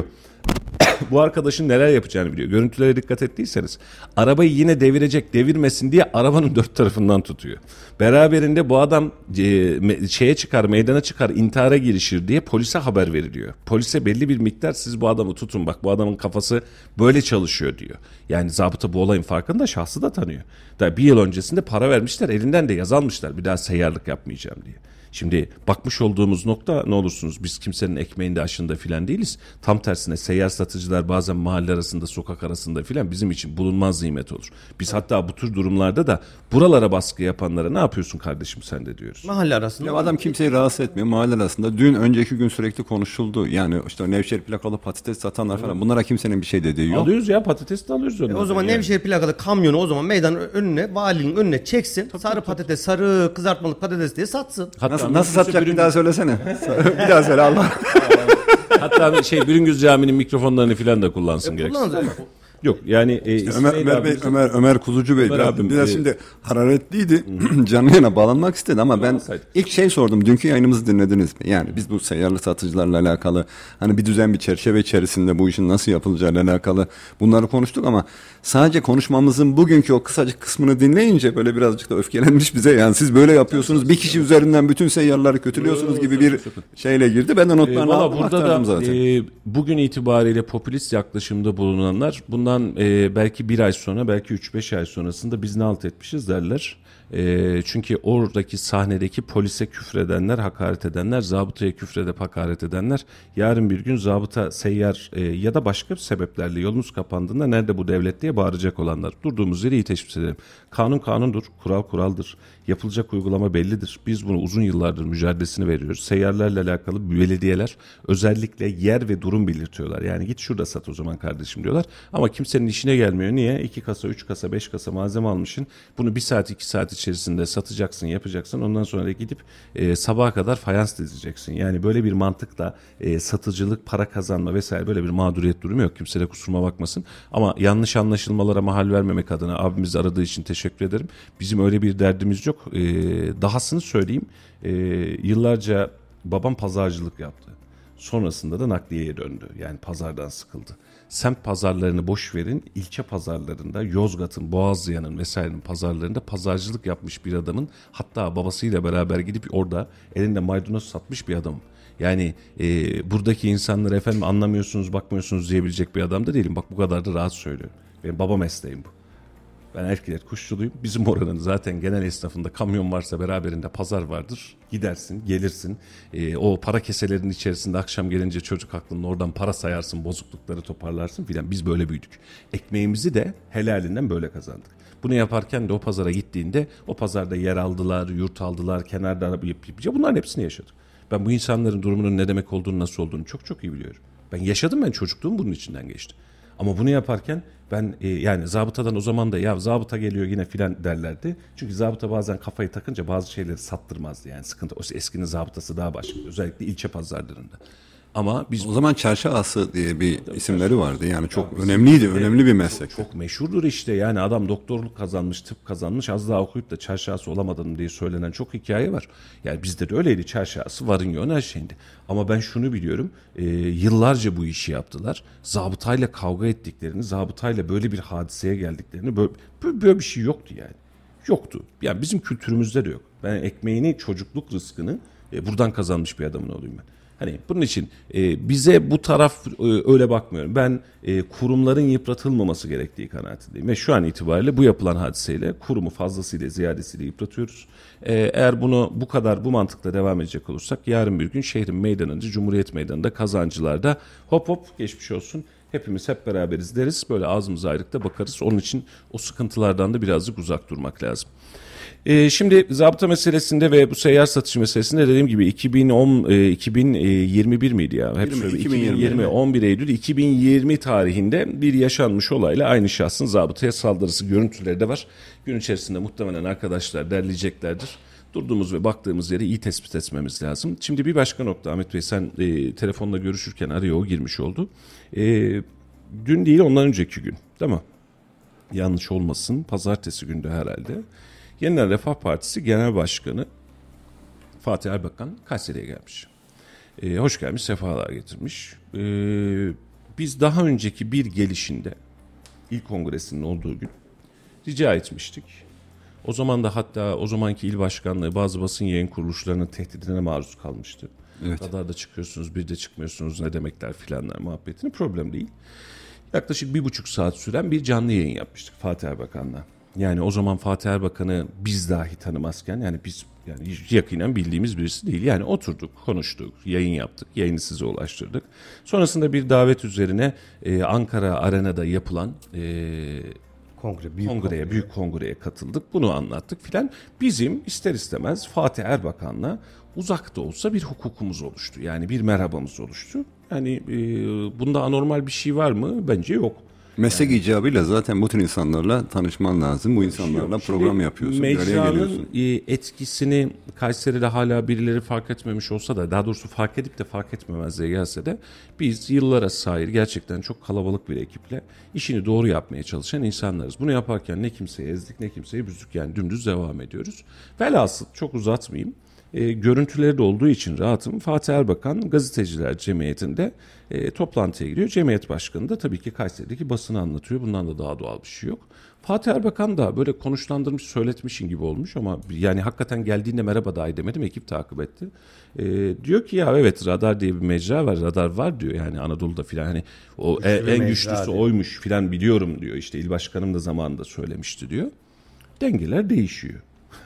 Bu arkadaşın neler yapacağını biliyor. Görüntülere dikkat ettiyseniz arabayı yine devirecek, devirmesin diye arabanın dört tarafından tutuyor. Beraberinde bu adam e, şeye çıkar, meydana çıkar, intihara girişir diye polise haber veriliyor. Polise belli bir miktar siz bu adamı tutun, bak bu adamın kafası böyle çalışıyor diyor. Yani zabıta bu olayın farkında, şahsı da tanıyor. Daha bir yıl öncesinde para vermişler, elinden de yaz almışlar bir daha seyyarlık yapmayacağım diye. Şimdi bakmış olduğumuz nokta, ne olursunuz biz kimsenin ekmeğinde aşında filan değiliz. Tam tersine seyyar satıcılar bazen mahalle arasında, sokak arasında filan bizim için bulunmaz nimet olur. Biz hatta bu tür durumlarda da buralara baskı yapanlara ne yapıyorsun kardeşim sen de diyoruz. Mahalle arasında. Ya adam kimseyi rahatsız etmiyor mahalle arasında. Dün önceki gün sürekli konuşuldu. Yani işte Nevşehir plakalı patates satanlar falan. Bunlara kimsenin bir şey dediği yok. Alıyoruz ya, patates de alıyoruz onlardan. E o zaman yani. Nevşehir plakalı kamyonu o zaman meydanın önüne, valinin önüne çeksin. sarı patates, sarı kızartmalık patates diye satsın. Hatta Nasıl, nasıl satacak Bürüngüz- bir daha söylesene. bir daha söyle Allah. Hatta şey Bürüngüz Camii'nin mikrofonlarını filan da kullansın gerekirse. Kullanacak. Yok yani e, ismi Ömer, neydi Ömer Bey, abimizin? Ömer, Ömer Kuzucu Bey Ömer biraz, abim, biraz e, şimdi hararetliydi. Canlı yayına bağlanmak istedi ama ben Bağlansaydı. ilk şey sordum. Dünkü yayınımızı dinlediniz mi? Yani biz bu seyyarlı satıcılarla alakalı hani bir düzen, bir çerçeve içerisinde bu işin nasıl yapılacağıyla alakalı bunları konuştuk ama sadece konuşmamızın bugünkü o kısacık kısmını dinleyince böyle birazcık da öfkelenmiş bize. Yani siz böyle yapıyorsunuz, bir kişi üzerinden bütün seyyarları kötülüyorsunuz gibi bir şeyle girdi. Ben de E, notlarını valla aldım, burada aktardım da zaten. e, bugün itibariyle popülist yaklaşımda bulunanlar bundan e, belki bir ay sonra, belki üç beş ay sonrasında biz ne halt etmişiz derler. E, çünkü oradaki sahnedeki polise küfredenler, hakaret edenler, zabıtaya küfredip hakaret edenler yarın bir gün zabıta seyyar e, ya da başka sebeplerle yolunuz kapandığında nerede bu devlet diye bağıracak olanlar. Durduğumuz yeri iyi teşvik edelim. Kanun kanundur, kural kuraldır. Yapılacak uygulama bellidir. Biz bunu uzun yıllardır mücadelesini veriyoruz. Seyyarlarla alakalı belediyeler özellikle yer ve durum belirtiyorlar. Yani git şurada sat o zaman kardeşim diyorlar. Ama kimsenin işine gelmiyor. Niye? iki kasa, üç kasa, beş kasa malzeme almışsın. Bunu bir saat, iki saat içerisinde satacaksın, yapacaksın. Ondan sonra da gidip e, sabaha kadar fayans dizeceksin. Yani böyle bir mantıkla e, satıcılık, para kazanma vesaire böyle bir mağduriyet durumu yok. Kimse de kusuruma bakmasın. Ama yanlış anlaşılmalara mahal vermemek adına abimiz aradığı için teşekkür ederim. Bizim öyle bir derdimiz yok. E, dahasını söyleyeyim. E, yıllarca babam pazarcılık yaptı. Sonrasında da nakliyeye döndü. Yani pazardan sıkıldı. Semt pazarlarını boş verin, ilçe pazarlarında Yozgat'ın, Boğazlıyan'ın vesairenin pazarlarında pazarcılık yapmış bir adamın, hatta babasıyla beraber gidip orada elinde maydanoz satmış bir adamım. Yani e, buradaki insanları efendim anlamıyorsunuz, bakmıyorsunuz diyebilecek bir adam da değilim. Bak bu kadar da rahat söylüyorum. Benim baba mesleğim bu. Ben Erkilet kuşçuluyum. Bizim oranın zaten genel esnafında kamyon varsa beraberinde pazar vardır. Gidersin, gelirsin. E, o para keselerinin içerisinde akşam gelince çocuk aklının oradan para sayarsın, bozuklukları toparlarsın filan. Biz böyle büyüdük. Ekmeğimizi de helalinden böyle kazandık. Bunu yaparken de o pazara gittiğinde o pazarda yer aldılar, yurt aldılar, kenarda araba yapıp bunların hepsini yaşadık. Ben bu insanların durumunun ne demek olduğunu, nasıl olduğunu çok çok iyi biliyorum. Ben yaşadım, ben çocukluğum bunun içinden geçti. Ama bunu yaparken ben e, yani zabıtadan o zaman da ya zabıta geliyor yine filan derlerdi. Çünkü zabıta bazen kafayı takınca bazı şeyleri sattırmazdı yani sıkıntı. O eskinin zabıtası daha başka, özellikle ilçe pazarlarında. Ama biz o zaman çarşı ağası diye bir isimleri vardı. Yani çok ya önemliydi, önemli bir meslek. Çok, çok meşhurdur işte. Yani adam doktorluk kazanmış, tıp kazanmış. Az daha okuyup da çarşı ağası olamadım diye söylenen çok hikaye var. Yani bizde de öyleydi. Çarşı ağası varın yoğun her şeyindi. Ama ben şunu biliyorum. E, yıllarca bu işi yaptılar. Zabıtayla kavga ettiklerini, zabıtayla böyle bir hadiseye geldiklerini, böyle, böyle bir şey yoktu yani. Yoktu. Yani bizim kültürümüzde de yok. Ben ekmeğini, çocukluk rızkını e, buradan kazanmış bir adamın olayım ben. Hani bunun için e, bize bu taraf e, öyle bakmıyorum. Ben e, kurumların yıpratılmaması gerektiği kanaatindeyim. Ve şu an itibariyle bu yapılan hadiseyle kurumu fazlasıyla ziyadesiyle yıpratıyoruz. E, eğer bunu bu kadar bu mantıkla devam edecek olursak yarın bir gün şehrin meydanında, Cumhuriyet Meydanı'nda, kazancılarda hop hop geçmiş olsun. Hepimiz hep beraberiz deriz. Böyle ağzımıza ayrıkta bakarız. Onun için o sıkıntılardan da birazcık uzak durmak lazım. Ee, şimdi zabıta meselesinde ve bu seyyar satışı meselesinde dediğim gibi iki bin on, e, iki bin yirmi bir miydi ya? Hep yirmi, iki bin yirmi, on bir Eylül iki bin yirmi tarihinde bir yaşanmış olayla aynı şahsın zabıtaya saldırısı görüntüleri de var. Gün içerisinde muhtemelen arkadaşlar derleyeceklerdir. Durduğumuz ve baktığımız yeri iyi tespit etmemiz lazım. Şimdi bir başka nokta Ahmet Bey, sen e, telefonla görüşürken araya o girmiş oldu. E, dün değil ondan önceki gün değil mi? Yanlış olmasın, pazartesi günde herhalde. Yeniden Refah Partisi Genel Başkanı Fatih Erbakan Kayseri'ye gelmiş. Ee, hoş gelmiş, sefalar getirmiş. Ee, biz daha önceki bir gelişinde, ilk kongresinin olduğu gün rica etmiştik. O zaman da hatta o zamanki il başkanlığı bazı basın yayın kuruluşlarının tehdidine maruz kalmıştı. Evet. Radarda çıkıyorsunuz, bir de çıkmıyorsunuz, ne demekler filanlar muhabbetini, problem değil. Yaklaşık bir buçuk saat süren bir canlı yayın yapmıştık Fatih Erbakan'la. Yani o zaman Fatih Erbakan'ı biz dahi tanımazken, yani biz yani yakinen bildiğimiz birisi değil. Yani oturduk, konuştuk, yayın yaptık, yayını size ulaştırdık. Sonrasında bir davet üzerine e, Ankara Arena'da yapılan e, Kongre, büyük kongreye, kongre. büyük kongreye katıldık. Bunu anlattık filan. Bizim ister istemez Fatih Erbakan'la uzak da olsa bir hukukumuz oluştu. Yani bir merhabamız oluştu. Yani e, bunda anormal bir şey var mı? Bence yok. Meslek yani icabıyla zaten bu tür insanlarla tanışman lazım. Bu insanlarla yok. program Şimdi yapıyorsun. Mecranın etkisini Kayseri'de hala birileri fark etmemiş olsa da, daha doğrusu fark edip de fark etmemezliğe gelse de, biz yıllara sahip gerçekten çok kalabalık bir ekiple işini doğru yapmaya çalışan insanlarız. Bunu yaparken ne kimseyi ezdik ne kimseyi büzdük, yani dümdüz devam ediyoruz. Velhasıl çok uzatmayayım. E, görüntüleri de olduğu için rahatım. Fatih Erbakan Gazeteciler Cemiyeti'nde e, toplantıya gidiyor. Cemiyet Başkanı da tabii ki Kayseri'deki basını anlatıyor. Bundan da daha doğal bir şey yok. Fatih Erbakan da böyle konuşlandırmış, söyletmişin gibi olmuş ama yani hakikaten geldiğinde merhaba dahi demedim. Ekip takip etti. E, diyor ki ya evet, radar diye bir mecra var. Radar var diyor yani Anadolu'da filan. Hani o Güçlü en, en güçlüsü diyor. Oymuş filan biliyorum diyor. İşte il başkanım da zamanında söylemişti diyor. Dengeler değişiyor.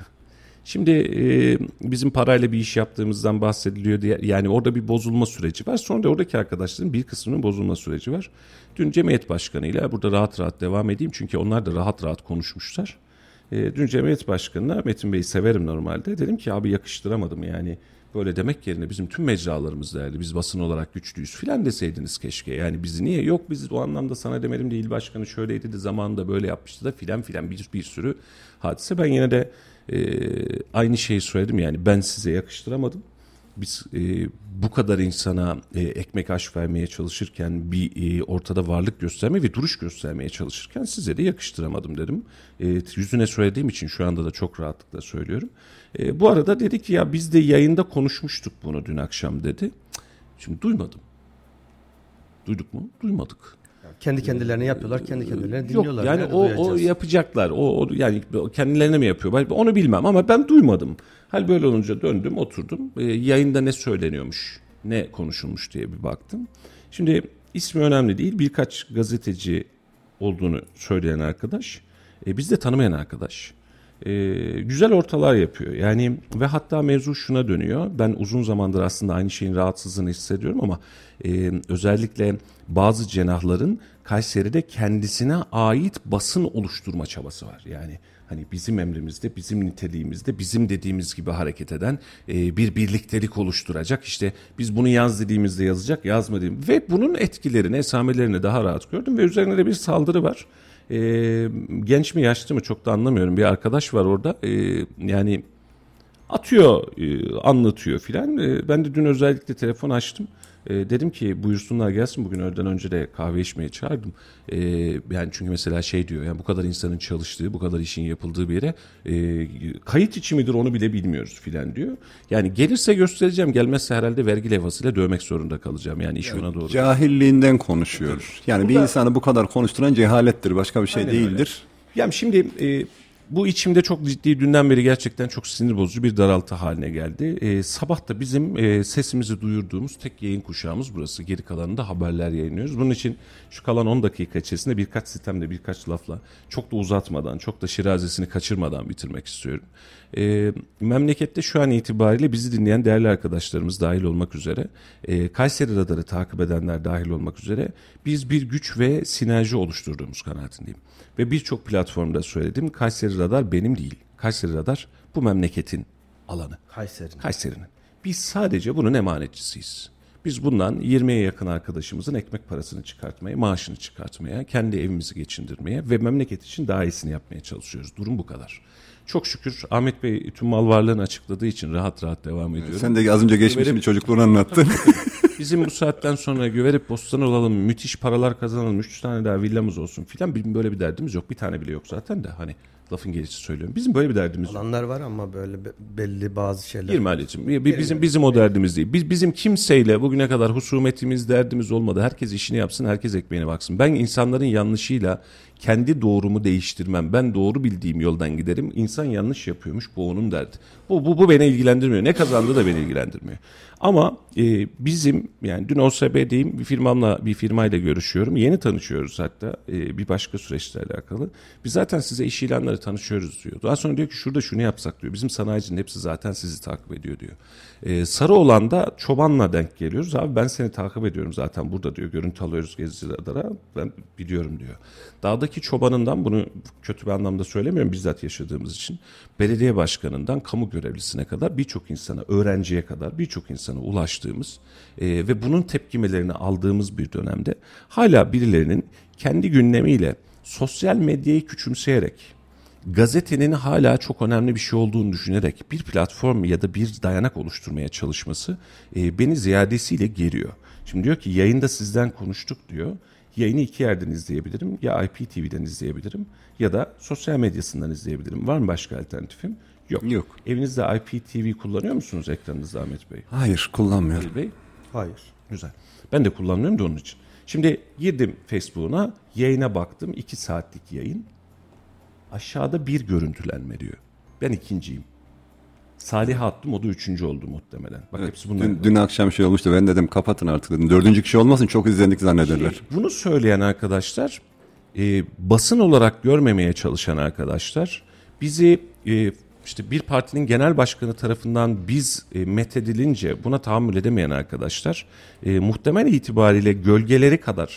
Şimdi e, bizim parayla bir iş yaptığımızdan bahsediliyor diye, yani orada bir bozulma süreci var. Sonra da oradaki arkadaşların bir kısmının bozulma süreci var. Dün Cemiyet Başkanı'yla burada rahat rahat devam edeyim çünkü onlar da rahat rahat konuşmuşlar. E, dün Cemiyet Başkanı'na, Metin Bey'i severim normalde, dedim ki abi yakıştıramadım yani böyle demek yerine bizim tüm mecralarımız değerli, biz basın olarak güçlüyüz filan deseydiniz keşke. Yani bizi niye, yok biz o anlamda sana demedim değil, başkanı şöyleydi de zamanında böyle yapmıştı da filan filan bir, bir sürü hadise. Ben yine de e, aynı şeyi söyledim, yani ben size yakıştıramadım. Biz e, bu kadar insana e, ekmek aş vermeye çalışırken, bir e, ortada varlık gösterme ve duruş göstermeye çalışırken size de yakıştıramadım dedim. E, yüzüne söylediğim için şu anda da çok rahatlıkla söylüyorum. E, bu arada dedi ki ya biz de yayında konuşmuştuk bunu dün akşam dedi. Şimdi duymadım. Duyduk mu? Duymadık. Kendi kendilerine yapıyorlar, kendi kendilerine dinliyorlar. Yok yani Nerede o, o duyacağız? yapacaklar. O, o yani kendilerine mi yapıyor? Onu bilmem ama ben duymadım. Hal böyle olunca döndüm, oturdum. E, yayında ne söyleniyormuş, ne konuşulmuş diye bir baktım. Şimdi ismi önemli değil. Birkaç gazeteci olduğunu söyleyen arkadaş, e, biz de tanımayan arkadaş. E, güzel ortalar yapıyor. Yani ve hatta mevzu şuna dönüyor. Ben uzun zamandır aslında aynı şeyin rahatsızlığını hissediyorum ama e, özellikle bazı cenahların Kayseri'de kendisine ait basın oluşturma çabası var. Yani hani bizim emrimizde, bizim niteliğimizde, bizim dediğimiz gibi hareket eden e, bir birliktelik oluşturacak. İşte biz bunu yaz dediğimizde yazacak, yazma dediğim. Ve bunun etkilerini, esamelerini daha rahat gördüm ve üzerine de bir saldırı var. E, genç mi yaşlı mı çok da anlamıyorum. Bir arkadaş var orada. E, yani atıyor, e, anlatıyor filan. E, ben de dün özellikle telefon açtım. E, dedim ki buyursunlar gelsin, bugün öğleden önce de kahve içmeye çağırdım. E, yani çünkü mesela şey diyor, yani bu kadar insanın çalıştığı, bu kadar işin yapıldığı bir yere e, kayıt içi midir onu bile bilmiyoruz filan diyor. Yani gelirse göstereceğim, gelmezse herhalde vergi levhasıyla dövmek zorunda kalacağım. Yani iş yani ona doğru. Cahilliğinden konuşuyor. Yani Burada, bir insanı bu kadar konuşturan cehalettir, başka bir şey aynen değildir. Öyle. Yani şimdi e, bu içimde çok ciddi, dünden beri gerçekten çok sinir bozucu bir daraltı haline geldi. Ee, sabah da bizim e, sesimizi duyurduğumuz tek yayın kuşağımız burası. Geri kalanında haberler yayınlıyoruz. Bunun için şu kalan on dakika içerisinde birkaç sitemle, birkaç lafla, çok da uzatmadan, çok da şirazesini kaçırmadan bitirmek istiyorum. E, memlekette şu an itibariyle bizi dinleyen değerli arkadaşlarımız dahil olmak üzere, e, Kayseri Radar'ı takip edenler dahil olmak üzere biz bir güç ve sinerji oluşturduğumuz kanaatindeyim. Ve birçok platformda söyledim, Kayseri Radar benim değil. Kayseri Radar bu memleketin alanı. Kayseri'nin. Kayseri'nin. Biz sadece bunun emanetçisiyiz. Biz bundan yirmiye yakın arkadaşımızın ekmek parasını çıkartmaya, maaşını çıkartmaya, kendi evimizi geçindirmeye ve memleket için daha iyisini yapmaya çalışıyoruz. Durum bu kadar. Çok şükür Ahmet Bey tüm mal varlığını açıkladığı için rahat rahat devam ediyorum. Sen de az önce geçmiş Güverip, bir çocukluğunu anlattın. Bizim bu saatten sonra güverip bostan olalım, müthiş paralar kazanalım, üç tane daha villamız olsun filan, bizim böyle bir derdimiz yok. Bir tane bile yok zaten de, hani lafın gelişi söylüyorum. Bizim böyle bir derdimiz yok. Alanlar var ama böyle be- belli bazı şeyler. Girme Ali'cim. Bizim, bizim o derdimiz değil. Biz, bizim kimseyle bugüne kadar husumetimiz, derdimiz olmadı. Herkes işini yapsın, herkes ekmeğine baksın. Ben insanların yanlışıyla kendi doğrumu değiştirmem. Ben doğru bildiğim yoldan giderim. İnsan yanlış yapıyormuş, bu onun derdi. Bu, bu, bu beni ilgilendirmiyor. Ne kazandığı da beni ilgilendirmiyor. Ama e, bizim, yani dün O S B'deyim, bir firmamla, bir firmayla görüşüyorum. Yeni tanışıyoruz hatta e, bir başka süreçle alakalı. Biz zaten size iş ilanları tanışıyoruz diyor. Daha sonra diyor ki şurada şunu yapsak diyor. Bizim sanayicinin hepsi zaten sizi takip ediyor diyor. E, Sarıoğlan'da çobanla denk geliyoruz. Abi ben seni takip ediyorum zaten burada diyor. Görüntü alıyoruz Gezi Radar'a. Ben biliyorum diyor. Dağdaki çobanından, bunu kötü bir anlamda söylemiyorum bizzat yaşadığımız için, belediye başkanından kamu görevlisine kadar birçok insana, öğrenciye kadar birçok insana ulaştığımız e, ve bunun tepkimelerini aldığımız bir dönemde hala birilerinin kendi gündemiyle sosyal medyayı küçümseyerek, gazetenin hala çok önemli bir şey olduğunu düşünerek bir platform ya da bir dayanak oluşturmaya çalışması e, beni ziyadesiyle geriyor. Şimdi diyor ki yayında sizden konuştuk diyor. Yayını iki yerden izleyebilirim. Ya I P T V'den izleyebilirim ya da sosyal medyasından izleyebilirim. Var mı başka alternatifim? Yok. Yok. Evinizde I P T V kullanıyor musunuz ekranınızda Ahmet Bey? Hayır, kullanmıyorum. Halil Bey? Hayır. Güzel. Ben de kullanmıyorum da onun için. Şimdi girdim Facebook'una, yayına baktım. iki saatlik yayın. Aşağıda bir görüntülenme diyor. Ben ikinciyim. Salih'e attım, o da üçüncü oldu muhtemelen. Bak Evet, hepsi bunlar. dün, dün akşam şey olmuştu, ben dedim kapatın artık dedim. Dördüncü kişi olmasın, çok izlendik zannederler. Şey, bunu söyleyen arkadaşlar, e, basın olarak görmemeye çalışan arkadaşlar, bizi e, işte bir partinin genel başkanı tarafından biz e, methedilince buna tahammül edemeyen arkadaşlar, e, muhtemel itibariyle gölgeleri kadar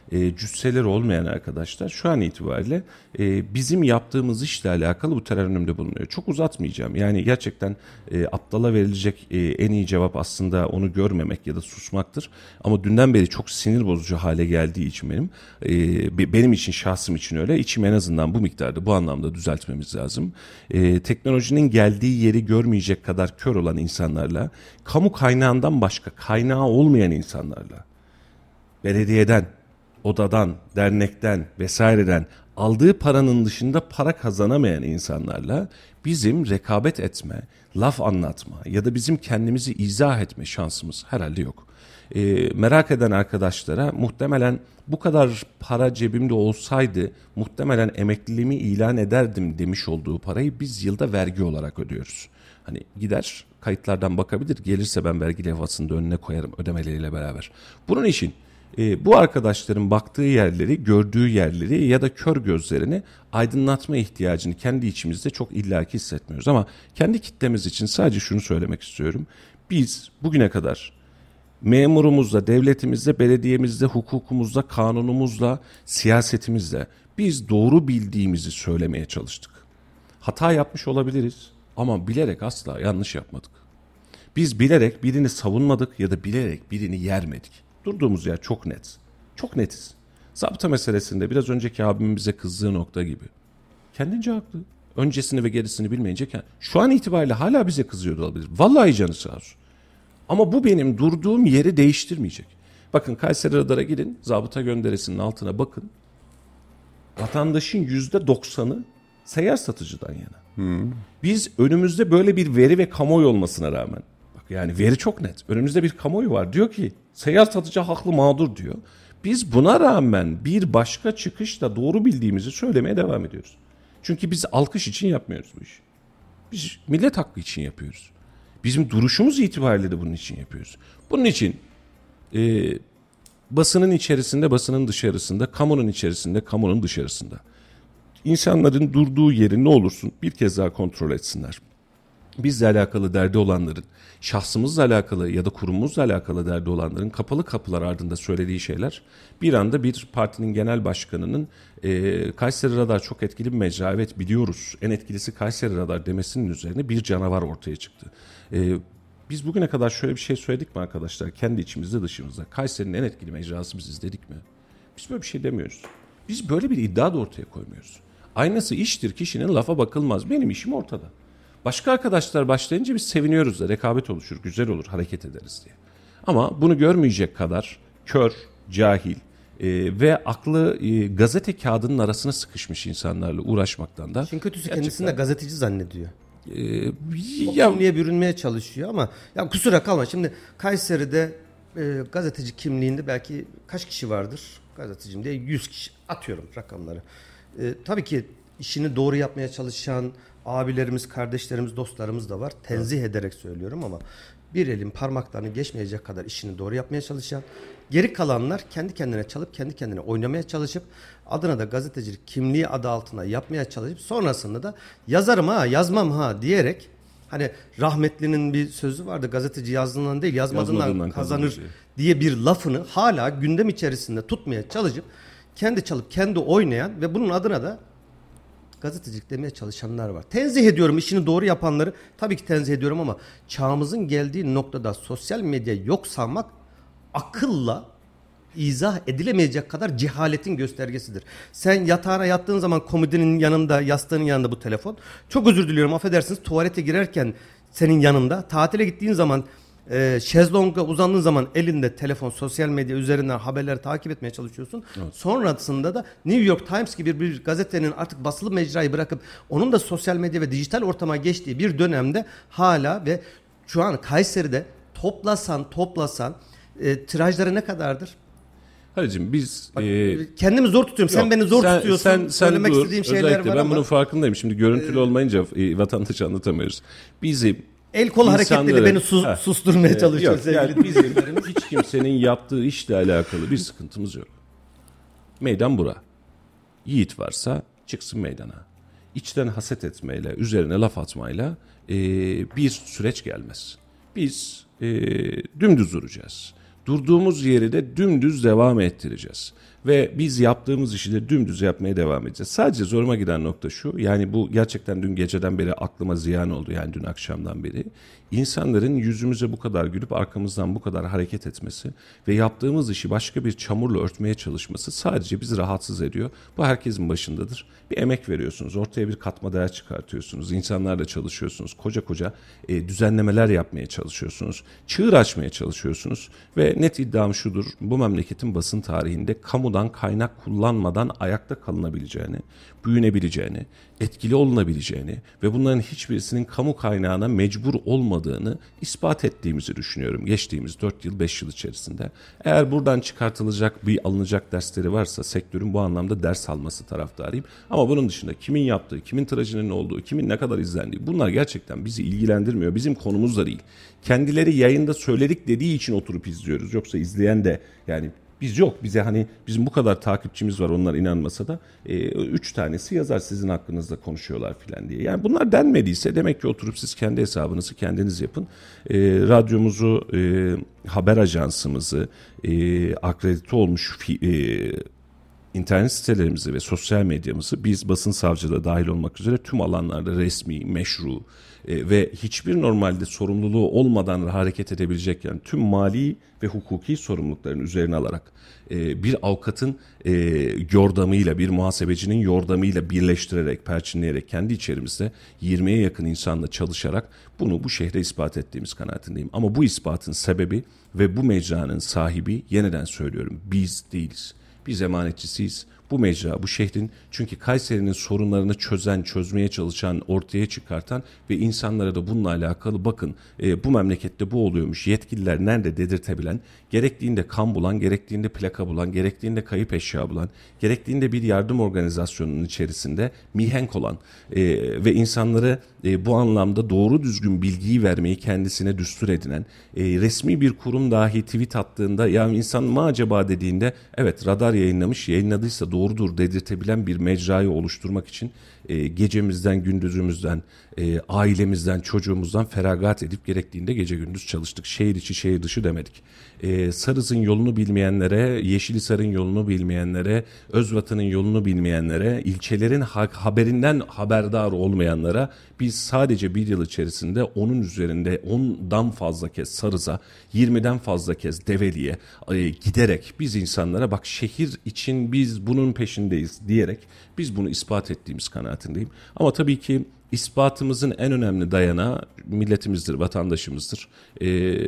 e, cüsseleri olmayan arkadaşlar şu an itibariyle e, bizim yaptığımız işle alakalı bu terennümde bulunuyor. Çok uzatmayacağım. Yani gerçekten e, aptala verilecek e, en iyi cevap aslında onu görmemek ya da susmaktır. Ama dünden beri çok sinir bozucu hale geldiği için benim e, benim için, şahsım için öyle. İçim en azından bu miktarda, bu anlamda düzeltmemiz lazım. E, teknolojinin geldiği yeri görmeyecek kadar kör olan insanlarla, kamu kaynağından başka kaynağı olmayan insanlarla, belediyeden, odadan, dernekten vesaireden aldığı paranın dışında para kazanamayan insanlarla bizim rekabet etme, laf anlatma ya da bizim kendimizi izah etme şansımız herhalde yok. E, merak eden arkadaşlara muhtemelen bu kadar para cebimde olsaydı muhtemelen emekliliğimi ilan ederdim demiş olduğu parayı biz yılda vergi olarak ödüyoruz. Hani gider kayıtlardan bakabilir, gelirse ben vergi levhasını da önüne koyarım ödemeleriyle beraber. Bunun için e, bu arkadaşların baktığı yerleri, gördüğü yerleri ya da kör gözlerini aydınlatma ihtiyacını kendi içimizde çok illaki hissetmiyoruz. Ama kendi kitlemiz için sadece şunu söylemek istiyorum. Biz bugüne kadar memurumuzla, devletimizle, belediyemizle, hukukumuzla, kanunumuzla, siyasetimizle biz doğru bildiğimizi söylemeye çalıştık. Hata yapmış olabiliriz ama bilerek asla yanlış yapmadık. Biz bilerek birini savunmadık ya da bilerek birini yermedik. Durduğumuz yer çok net. Çok netiz. Zabıta meselesinde biraz önceki abimin bize kızdığı nokta gibi. Kendince haklı. Öncesini ve gerisini bilmeyince şu an itibariyle hala bize kızıyor da olabilir. Vallahi canı sağ olsun. Ama bu benim durduğum yeri değiştirmeyecek. Bakın Kayseri Radar'a gidin, zabıta gönderisinin altına bakın. Vatandaşın yüzde doksanı seyyar satıcıdan yana. Hmm. Biz önümüzde böyle bir veri ve kamuoyu olmasına rağmen, bak yani veri çok net. Önümüzde bir kamuoyu var. Diyor ki seyyar satıcı haklı, mağdur diyor. Biz buna rağmen bir başka çıkışla doğru bildiğimizi söylemeye devam ediyoruz. Çünkü biz alkış için yapmıyoruz bu işi. Biz millet hakkı için yapıyoruz. Bizim duruşumuz itibariyle de bunun için yapıyoruz. Bunun için e, basının içerisinde, basının dışarısında, kamunun içerisinde, kamunun dışarısında İnsanların durduğu yeri ne olursun bir kez daha kontrol etsinler. Bizle alakalı derdi olanların, şahsımızla alakalı ya da kurumumuzla alakalı derdi olanların kapalı kapılar ardında söylediği şeyler bir anda bir partinin genel başkanının e, Kayseri Radar çok etkili bir mecra, evet biliyoruz, en etkilisi Kayseri Radar demesinin üzerine bir canavar ortaya çıktı. E, biz bugüne kadar şöyle bir şey söyledik mi arkadaşlar, kendi içimizde dışımızda? Kayseri'nin en etkili mecrası biziz dedik mi? Biz böyle bir şey demiyoruz. Biz böyle bir iddia da ortaya koymuyoruz. Aynası iştir, kişinin lafa bakılmaz. Benim işim ortada. Başka arkadaşlar başlayınca biz seviniyoruz da rekabet oluşur, güzel olur, hareket ederiz diye. Ama bunu görmeyecek kadar kör, cahil e, ve aklı e, gazete kağıdının arasına sıkışmış insanlarla uğraşmaktan da... İşin kötüsü kendisini de gazeteci zannediyor. E, o ya, kimliğe bürünmeye çalışıyor ama ya kusura kalma. Şimdi Kayseri'de e, gazeteci kimliğinde belki kaç kişi vardır? Gazeteciyim diye yüz kişi, atıyorum rakamları. E, tabii ki işini doğru yapmaya çalışan abilerimiz, kardeşlerimiz, dostlarımız da var. Tenzih evet. ederek söylüyorum ama bir elin parmaklarını geçmeyecek kadar işini doğru yapmaya çalışan, geri kalanlar kendi kendine çalıp kendi kendine oynamaya çalışıp adına da gazetecilik kimliği adı altına yapmaya çalışıp sonrasında da yazarım ha, yazmam ha diyerek, hani rahmetlinin bir sözü vardı, gazeteci yazdığından değil yazmadığından, yazmadığından kazanır, kazanır diye bir lafını hala gündem içerisinde tutmaya çalışıp kendi çalıp kendi oynayan ve bunun adına da gazetecilik demeye çalışanlar var. Tenzih ediyorum işini doğru yapanları, tabii ki tenzih ediyorum ama çağımızın geldiği noktada sosyal medya yok sanmak akılla izah edilemeyecek kadar cehaletin göstergesidir. Sen yatağına yattığın zaman komodinin yanında, yastığının yanında bu telefon. Çok özür diliyorum, affedersiniz, tuvalete girerken senin yanında, tatile gittiğin zaman e, şezlonga uzandığın zaman elinde telefon, sosyal medya üzerinden haberleri takip etmeye çalışıyorsun. Evet. Sonrasında da New York Times gibi bir gazetenin artık basılı mecrayı bırakıp onun da sosyal medya ve dijital ortama geçtiği bir dönemde hala ve şu an Kayseri'de toplasan toplasan e, tirajları ne kadardır? Halicim biz... Bak, e, kendimi zor tutuyorum. Yok, sen beni zor sen, tutuyorsun. Sen, sen Söylemek dur, istediğim şeyler var ben ama... bunun farkındayım. Şimdi görüntülü e, olmayınca e, vatandaşı anlatamıyoruz. Bizim... El kol hareketleri beni sus, ha, susturmaya e, çalışıyor yok, sevgili yani bizim hiç kimsenin yaptığı işle alakalı bir sıkıntımız yok. Meydan bura. Yiğit varsa çıksın meydana. İçten haset etmeyle, üzerine laf atmayla e, bir süreç gelmez. Biz e, dümdüz duracağız. Durduğumuz yeri de dümdüz devam ettireceğiz. ve biz yaptığımız işi de dümdüz yapmaya devam edeceğiz. Sadece zoruma giden nokta şu, yani bu gerçekten dün geceden beri aklıma ziyan oldu, yani dün akşamdan beri. İnsanların yüzümüze bu kadar gülüp arkamızdan bu kadar hareket etmesi ve yaptığımız işi başka bir çamurla örtmeye çalışması sadece bizi rahatsız ediyor. Bu herkesin başındadır. Bir emek veriyorsunuz, ortaya bir katma değer çıkartıyorsunuz, insanlarla çalışıyorsunuz, koca koca e, düzenlemeler yapmaya çalışıyorsunuz, çığır açmaya çalışıyorsunuz ve net iddiam şudur, bu memleketin basın tarihinde kamudan kaynak kullanmadan ayakta kalınabileceğini, büyünebileceğini, etkili olunabileceğini ve bunların hiçbirisinin kamu kaynağına mecbur olmadığını ispat ettiğimizi düşünüyorum geçtiğimiz dört yıl beş yıl içerisinde. Eğer buradan çıkartılacak bir alınacak dersleri varsa sektörün bu anlamda ders alması taraftarıyım. Ama bunun dışında kimin yaptığı, kimin tirajının olduğu, kimin ne kadar izlendiği, bunlar gerçekten bizi ilgilendirmiyor. Bizim konumuz da değil. Kendileri yayında söyledik dediği için oturup izliyoruz. Yoksa izleyen de yani biz yok. Bize hani bizim bu kadar takipçimiz var, onlar inanmasa da e, üç tanesi yazar sizin hakkınızda konuşuyorlar filan diye. Yani bunlar denmediyse demek ki oturup siz kendi hesabınızı kendiniz yapın. E, radyomuzu, e, haber ajansımızı, e, akredite olmuş fi, e, İnternet sitelerimizi ve sosyal medyamızı biz basın savcılığı dahil olmak üzere tüm alanlarda resmi, meşru e, ve hiçbir normalde sorumluluğu olmadan hareket edebilecek, yani tüm mali ve hukuki sorumluluklarını üzerine alarak e, bir avukatın e, yordamıyla, bir muhasebecinin yordamıyla birleştirerek, perçinleyerek kendi içerimizde yirmiye yakın insanla çalışarak bunu bu şehre ispat ettiğimiz kanaatindeyim. Ama bu ispatın sebebi ve bu mecranın sahibi, yeniden söylüyorum, biz değiliz. Biz emanetçisiyiz. Bu mecra, bu şehrin, çünkü Kayseri'nin sorunlarını çözen, çözmeye çalışan, ortaya çıkartan ve insanlara da bununla alakalı bakın e, bu memlekette bu oluyormuş, yetkililer nerede dedirtebilen, gerektiğinde kan bulan, gerektiğinde plaka bulan, gerektiğinde kayıp eşya bulan, gerektiğinde bir yardım organizasyonunun içerisinde mihenk olan e, ve insanları e, bu anlamda doğru düzgün bilgiyi vermeyi kendisine düstur edinen, e, resmi bir kurum dahi tweet attığında ya insan mı acaba dediğinde evet radar yayınlamış, yayınladıysa doğrudur dedirtebilen bir mecrayı oluşturmak için e, gecemizden, gündüzümüzden, e, ailemizden, çocuğumuzdan feragat edip gerektiğinde gece gündüz çalıştık. Şehir içi, şehir dışı demedik. E, Sarız'ın yolunu bilmeyenlere, Yeşilisar'ın yolunu bilmeyenlere, Özvatan'ın yolunu bilmeyenlere, ilçelerin ha- haberinden haberdar olmayanlara biz sadece bir yıl içerisinde onun üzerinde ondan fazla kez Sarız'a, yirmiden fazla kez Develi'ye e, giderek biz insanlara bak şehir için biz bunun peşindeyiz diyerek biz bunu ispat ettiğimiz kanaatindeyim. Ama tabii ki ispatımızın en önemli dayanağı milletimizdir, vatandaşımızdır. Ee,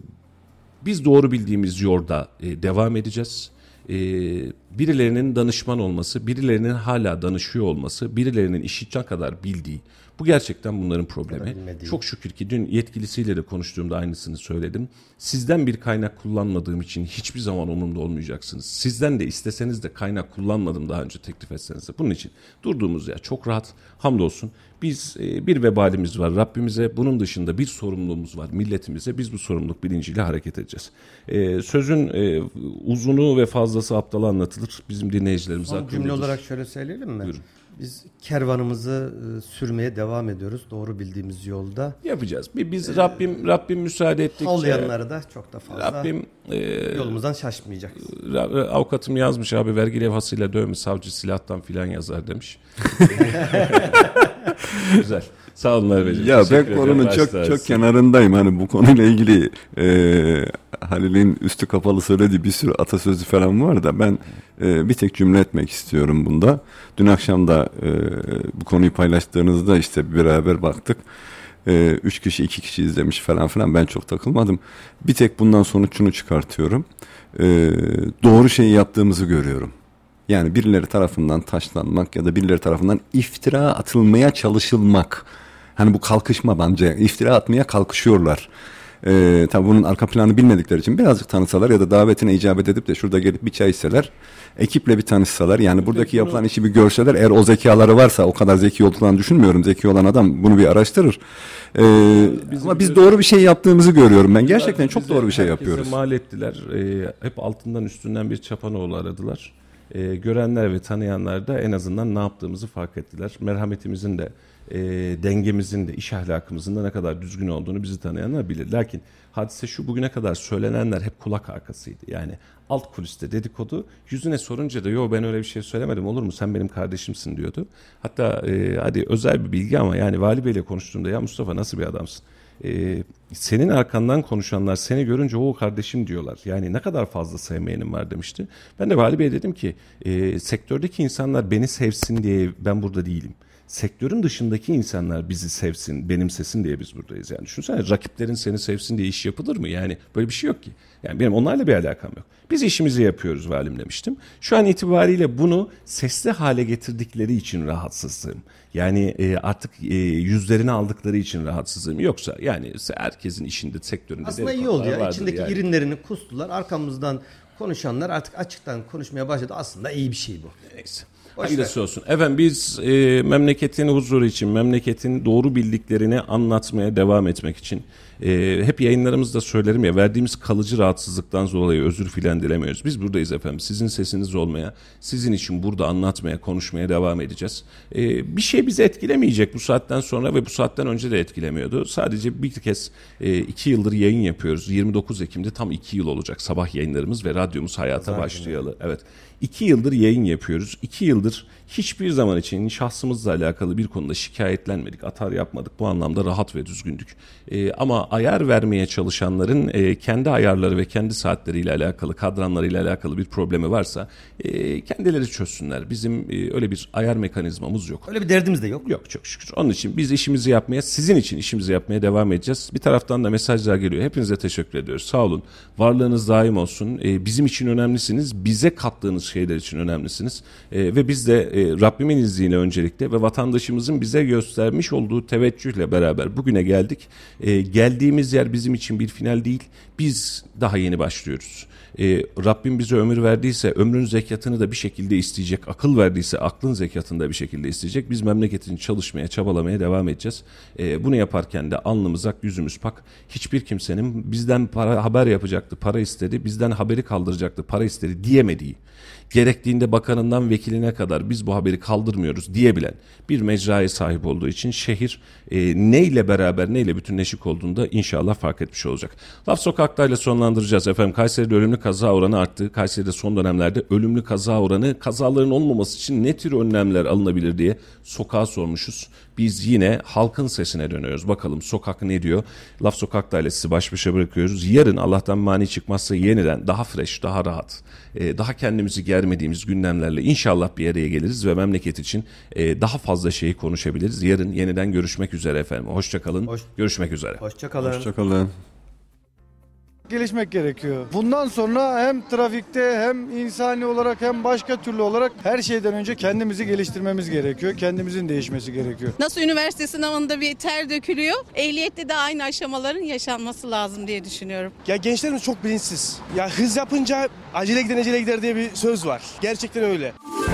biz doğru bildiğimiz yolda e, devam edeceğiz. Ee, birilerinin danışman olması, birilerinin hala danışıyor olması, birilerinin işi ne kadar bildiği, bu gerçekten bunların problemi. Çok şükür ki dün yetkilisiyle de konuştuğumda aynısını söyledim. Sizden bir kaynak kullanmadığım için hiçbir zaman umurumda olmayacaksınız. Sizden de isteseniz de kaynak kullanmadım daha önce teklif etseniz de. Bunun için durduğumuz yer çok rahat. Hamdolsun. Biz e, bir vebalimiz var Rabbimize. Bunun dışında bir sorumluluğumuz var milletimize. Biz bu sorumluluk bilinciyle hareket edeceğiz. E, sözün e, uzunu ve fazlası aptala anlatılır. Bizim dinleyicilerimiz Son hakkındadır. cümle olarak şöyle söyleyelim mi? Buyurun. Biz kervanımızı e, sürmeye devam ediyoruz doğru bildiğimiz yolda. Yapacağız. Biz Rabbim Rabbim müsaade ettikçe. Havlayanları da çok da fazla Rabbim e, yolumuzdan şaşmayacak. avukatım yazmış abi vergi levhasıyla dövme savcı silahtan filan yazar demiş. Güzel. Sağ olun Merveciğim. Ya Teşekkür ben konunun ederim. çok Başta çok olsun. kenarındayım. Hani bu konuyla ilgili e, Halil'in üstü kapalı söylediği bir sürü atasözü falan var da ben e, bir tek cümle etmek istiyorum bunda. Dün akşam da e, bu konuyu paylaştığınızda işte beraber baktık. E, üç kişi iki kişi izlemiş falan filan, ben çok takılmadım. Bir tek bundan sonuç şunu çıkartıyorum. E, doğru şeyi yaptığımızı görüyorum. Yani birileri tarafından taşlanmak ya da birileri tarafından iftira atılmaya çalışılmak. Hani bu kalkışma bence iftira atmaya kalkışıyorlar. Ee, tabii bunun arka planını bilmedikleri için birazcık tanısalar ya da davetine icabet edip de şurada gelip bir çay içseler, ekiple bir tanışsalar, yani buradaki bunu... yapılan işi bir görseler, eğer o zekaları varsa, o kadar zeki olduklarını düşünmüyorum. Zeki olan adam bunu bir araştırır. Ee, ama biz doğru bir şey yaptığımızı görüyorum ben. Gerçekten çok doğru bir şey yapıyoruz. Mal ettiler. Ee, hep altından üstünden bir Çapanoğlu aradılar. e, görenler ve tanıyanlar da en azından ne yaptığımızı fark ettiler. Merhametimizin de e, dengemizin de iş ahlakımızın da ne kadar düzgün olduğunu bizi tanıyanlar bilir. Lakin hadise şu, bugüne kadar söylenenler hep kulak arkasıydı. Yani alt kuliste dedikodu, yüzüne sorunca da yo ben öyle bir şey söylemedim, olur mu, sen benim kardeşimsin diyordu. Hatta e, hadi özel bir bilgi ama yani Vali Bey'le konuştuğumda ya Mustafa nasıl bir adamsın? Ee, senin arkandan konuşanlar seni görünce o kardeşim diyorlar. Yani ne kadar fazla sevmeyenim var demişti. Ben de Vali Bey'e dedim ki e, sektördeki insanlar beni sevsin diye ben burada değilim. Sektörün dışındaki insanlar bizi sevsin, benimsesin diye biz buradayız. Yani düşünsene, rakiplerin seni sevsin diye iş yapılır mı? Yani böyle bir şey yok ki. Yani benim onlarla bir alakam yok. Biz işimizi yapıyoruz valim demiştim. Şu an itibariyle bunu sesli hale getirdikleri için rahatsızım. Yani e, artık e, yüzlerini aldıkları için rahatsızım. Yoksa yani herkesin işinde, sektöründe aslında iyi oldu ya. İçindeki yani. irinlerini kustular. Arkamızdan konuşanlar artık açıktan konuşmaya başladı. Aslında iyi bir şey bu. Neyse. Boş Hayırlısı ver. olsun. Efendim biz e, memleketin huzuru için, memleketin doğru bildiklerini anlatmaya devam etmek için e, hep yayınlarımızda söylerim ya, verdiğimiz kalıcı rahatsızlıktan dolayı özür filan dilemiyoruz. Biz buradayız efendim. Sizin sesiniz olmaya, sizin için burada anlatmaya, konuşmaya devam edeceğiz. E, bir şey bizi etkilemeyecek bu saatten sonra ve bu saatten önce de etkilemiyordu. Sadece bir kez e, iki yıldır yayın yapıyoruz. yirmi dokuz Ekim'de tam iki yıl olacak sabah yayınlarımız ve radyomuz hayata Zaten başlayalı. Evet. İki yıldır yayın yapıyoruz. İki yıldır hiçbir zaman için şahsımızla alakalı bir konuda şikayetlenmedik, atar yapmadık. Bu anlamda rahat ve düzgündük. Ee, ama ayar vermeye çalışanların e, kendi ayarları ve kendi saatleriyle alakalı, kadranlarıyla alakalı bir problemi varsa e, kendileri çözsünler. Bizim e, öyle bir ayar mekanizmamız yok. Öyle bir derdimiz de yok. Yok çok şükür. Onun için biz işimizi yapmaya, sizin için işimizi yapmaya devam edeceğiz. Bir taraftan da mesajlar geliyor. Hepinize teşekkür ediyoruz. Sağ olun. Varlığınız daim olsun. Ee, bizim için önemlisiniz. Bize kattığınız şeyler için önemlisiniz. Ee, ve biz de e, Rabbimin izniyle öncelikle ve vatandaşımızın bize göstermiş olduğu teveccühle beraber bugüne geldik. Ee, geldiğimiz yer bizim için bir final değil. Biz daha yeni başlıyoruz. Ee, Rabbim bize ömür verdiyse ömrün zekatını da bir şekilde isteyecek. Akıl verdiyse aklın zekatını da bir şekilde isteyecek. Biz memleketin çalışmaya, çabalamaya devam edeceğiz. Ee, bunu yaparken de alnımız ak, yüzümüz pak. Hiçbir kimsenin bizden para haber yapacaktı, para istedi, bizden haberi kaldıracaktı, para istedi diyemediği, gerektiğinde bakanından vekiline kadar biz bu haberi kaldırmıyoruz diyebilen bir mecraya sahip olduğu için şehir e, neyle beraber neyle bütünleşik olduğunda inşallah fark etmiş olacak. Laf Sokak'tayla sonlandıracağız efendim. Kayseri'de ölümlü kaza oranı arttı. Kayseri'de son dönemlerde ölümlü kaza oranı, kazaların olmaması için ne tür önlemler alınabilir diye sokağa sormuşuz. Biz yine halkın sesine dönüyoruz. Bakalım sokak ne diyor? Laf Sokak'tayla sizi baş başa bırakıyoruz. Yarın Allah'tan mani çıkmazsa yeniden daha fresh, daha rahat, daha kendimizi germediğimiz gündemlerle inşallah bir araya geliriz ve memleket için daha fazla şeyi konuşabiliriz. Yarın yeniden görüşmek üzere efendim. Hoşça kalın. Hoş- Görüşmek üzere. Hoşçakalın. Hoşçakalın. Gelişmek gerekiyor. Bundan sonra hem trafikte hem insani olarak hem başka türlü olarak her şeyden önce kendimizi geliştirmemiz gerekiyor. Kendimizin değişmesi gerekiyor. Nasıl üniversite sınavında bir ter dökülüyor, ehliyette de aynı aşamaların yaşanması lazım diye düşünüyorum. Ya gençlerimiz çok bilinçsiz. Ya hız yapınca acele giden acele gider diye bir söz var. Gerçekten öyle.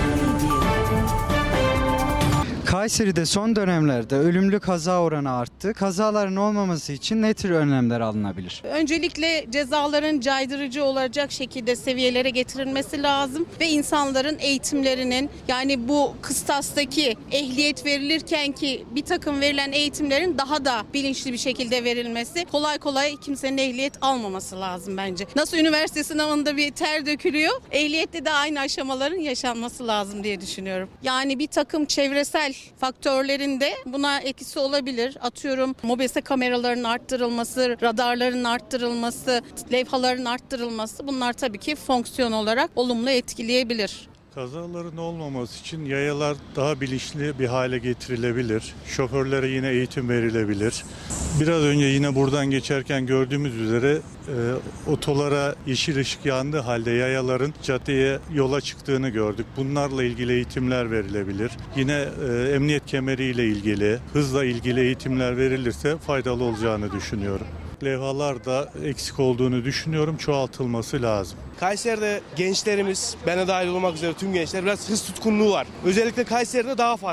Kayseri'de son dönemlerde ölümlü kaza oranı arttı. Kazaların olmaması için ne tür önlemler alınabilir? Öncelikle cezaların caydırıcı olacak şekilde seviyelere getirilmesi lazım ve insanların eğitimlerinin, yani bu kıstastaki ehliyet verilirken ki bir takım verilen eğitimlerin daha da bilinçli bir şekilde verilmesi, kolay kolay kimsenin ehliyet almaması lazım bence. Nasıl üniversite sınavında bir ter dökülüyor, ehliyette de aynı aşamaların yaşanması lazım diye düşünüyorum. Yani bir takım çevresel faktörlerin de buna etkisi olabilir. Atıyorum mobese kameralarının arttırılması, radarların arttırılması, levhaların arttırılması, bunlar tabii ki fonksiyon olarak olumlu etkileyebilir. Kazaların olmaması için yayalar daha bilinçli bir hale getirilebilir. Şoförlere yine eğitim verilebilir. Biraz önce yine buradan geçerken gördüğümüz üzere e, otolara yeşil ışık yandığı halde yayaların caddeye yola çıktığını gördük. Bunlarla ilgili eğitimler verilebilir. Yine e, emniyet kemeriyle ilgili, hızla ilgili eğitimler verilirse faydalı olacağını düşünüyorum. Levhalar da eksik olduğunu düşünüyorum. Çoğaltılması lazım. Kayseri'de gençlerimiz, ben de dahil olmak üzere tüm gençler biraz hız tutkunluğu var. Özellikle Kayseri'de daha fazla.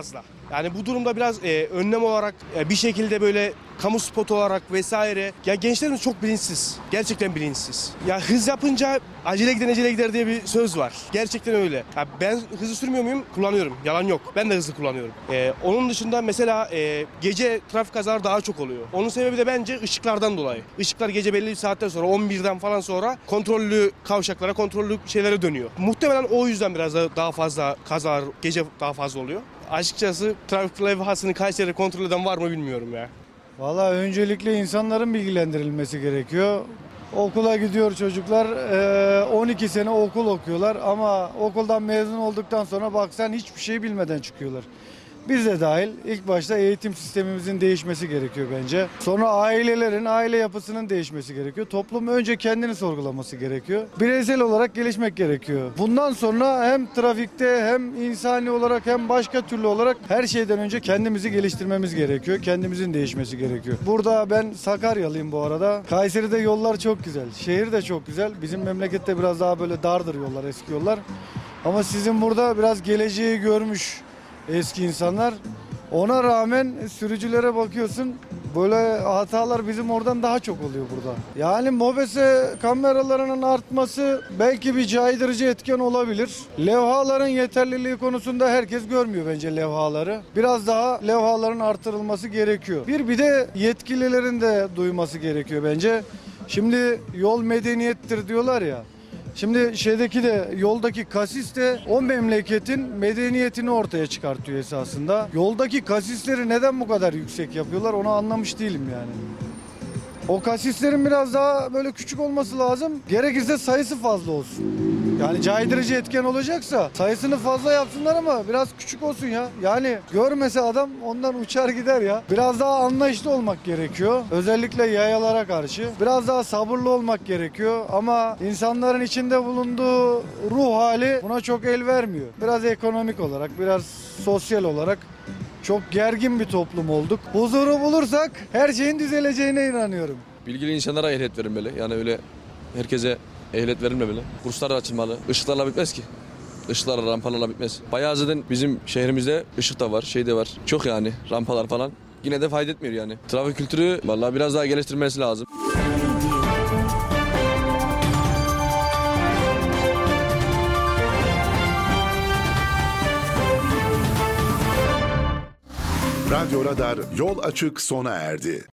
Yani bu durumda biraz e, önlem olarak e, bir şekilde böyle kamu spotu olarak vesaire. Ya gençlerimiz çok bilinçsiz. Gerçekten bilinçsiz. Ya hız yapınca acele giden acele gider diye bir söz var. Gerçekten öyle. Ya ben hızlı sürmüyor muyum? Kullanıyorum. Yalan yok. Ben de hızlı kullanıyorum. Ee, onun dışında mesela e, gece trafik kazaları daha çok oluyor. Onun sebebi de bence ışıklardan dolayı. Işıklar gece belli bir saatten sonra on birden falan sonra kontrollü kavşaklara, kontrollü şeylere dönüyor. Muhtemelen o yüzden biraz da daha fazla kazalar gece daha fazla oluyor. Açıkçası trafik levhasını Kayseri'de kontrol eden var mı bilmiyorum ya. Valla öncelikle insanların bilgilendirilmesi gerekiyor. Okula gidiyor çocuklar, on iki sene okul okuyorlar ama okuldan mezun olduktan sonra baksan hiçbir şey bilmeden çıkıyorlar. Biz de dahil ilk başta eğitim sistemimizin değişmesi gerekiyor bence. Sonra ailelerin, aile yapısının değişmesi gerekiyor. Toplum önce kendini sorgulaması gerekiyor. Bireysel olarak gelişmek gerekiyor. Bundan sonra hem trafikte hem insani olarak hem başka türlü olarak her şeyden önce kendimizi geliştirmemiz gerekiyor. Kendimizin değişmesi gerekiyor. Burada ben Sakaryalıyım bu arada. Kayseri'de yollar çok güzel. Şehir de çok güzel. Bizim memlekette biraz daha böyle dardır yollar, eski yollar. Ama sizin burada biraz geleceği görmüş eski insanlar. Ona rağmen sürücülere bakıyorsun böyle hatalar bizim oradan daha çok oluyor burada. Yani mobese kameralarının artması belki bir caydırıcı etken olabilir. Levhaların yeterliliği konusunda herkes görmüyor bence levhaları. Biraz daha levhaların artırılması gerekiyor. Bir bir de yetkililerin de duyması gerekiyor bence. Şimdi yol medeniyettir diyorlar ya. Şimdi şeydeki de yoldaki kasis de o memleketin medeniyetini ortaya çıkartıyor esasında. Yoldaki kasisleri neden bu kadar yüksek yapıyorlar onu anlamış değilim yani. O kasislerin biraz daha böyle küçük olması lazım. Gerekirse sayısı fazla olsun. Yani caydırıcı etken olacaksa sayısını fazla yapsınlar ama biraz küçük olsun ya. Yani görmese adam ondan uçar gider ya. Biraz daha anlayışlı olmak gerekiyor. Özellikle yayalara karşı. Biraz daha sabırlı olmak gerekiyor. Ama insanların içinde bulunduğu ruh hali buna çok el vermiyor. Biraz ekonomik olarak, biraz sosyal olarak çok gergin bir toplum olduk. Huzuru bulursak her şeyin düzeleceğine inanıyorum. Bilgili insanlara ehliyet verilmeli. Yani öyle herkese ehliyet verilmemeli. Kurslar da açılmalı. Işıklarla bitmez ki. Işıklarla, rampalarla bitmez. Bayağı zaten bizim şehrimizde ışık da var, şey de var. Çok yani rampalar falan. Yine de fayda etmiyor yani. Trafik kültürü vallahi biraz daha geliştirmesi lazım. Radyo Radar yol açık sona erdi.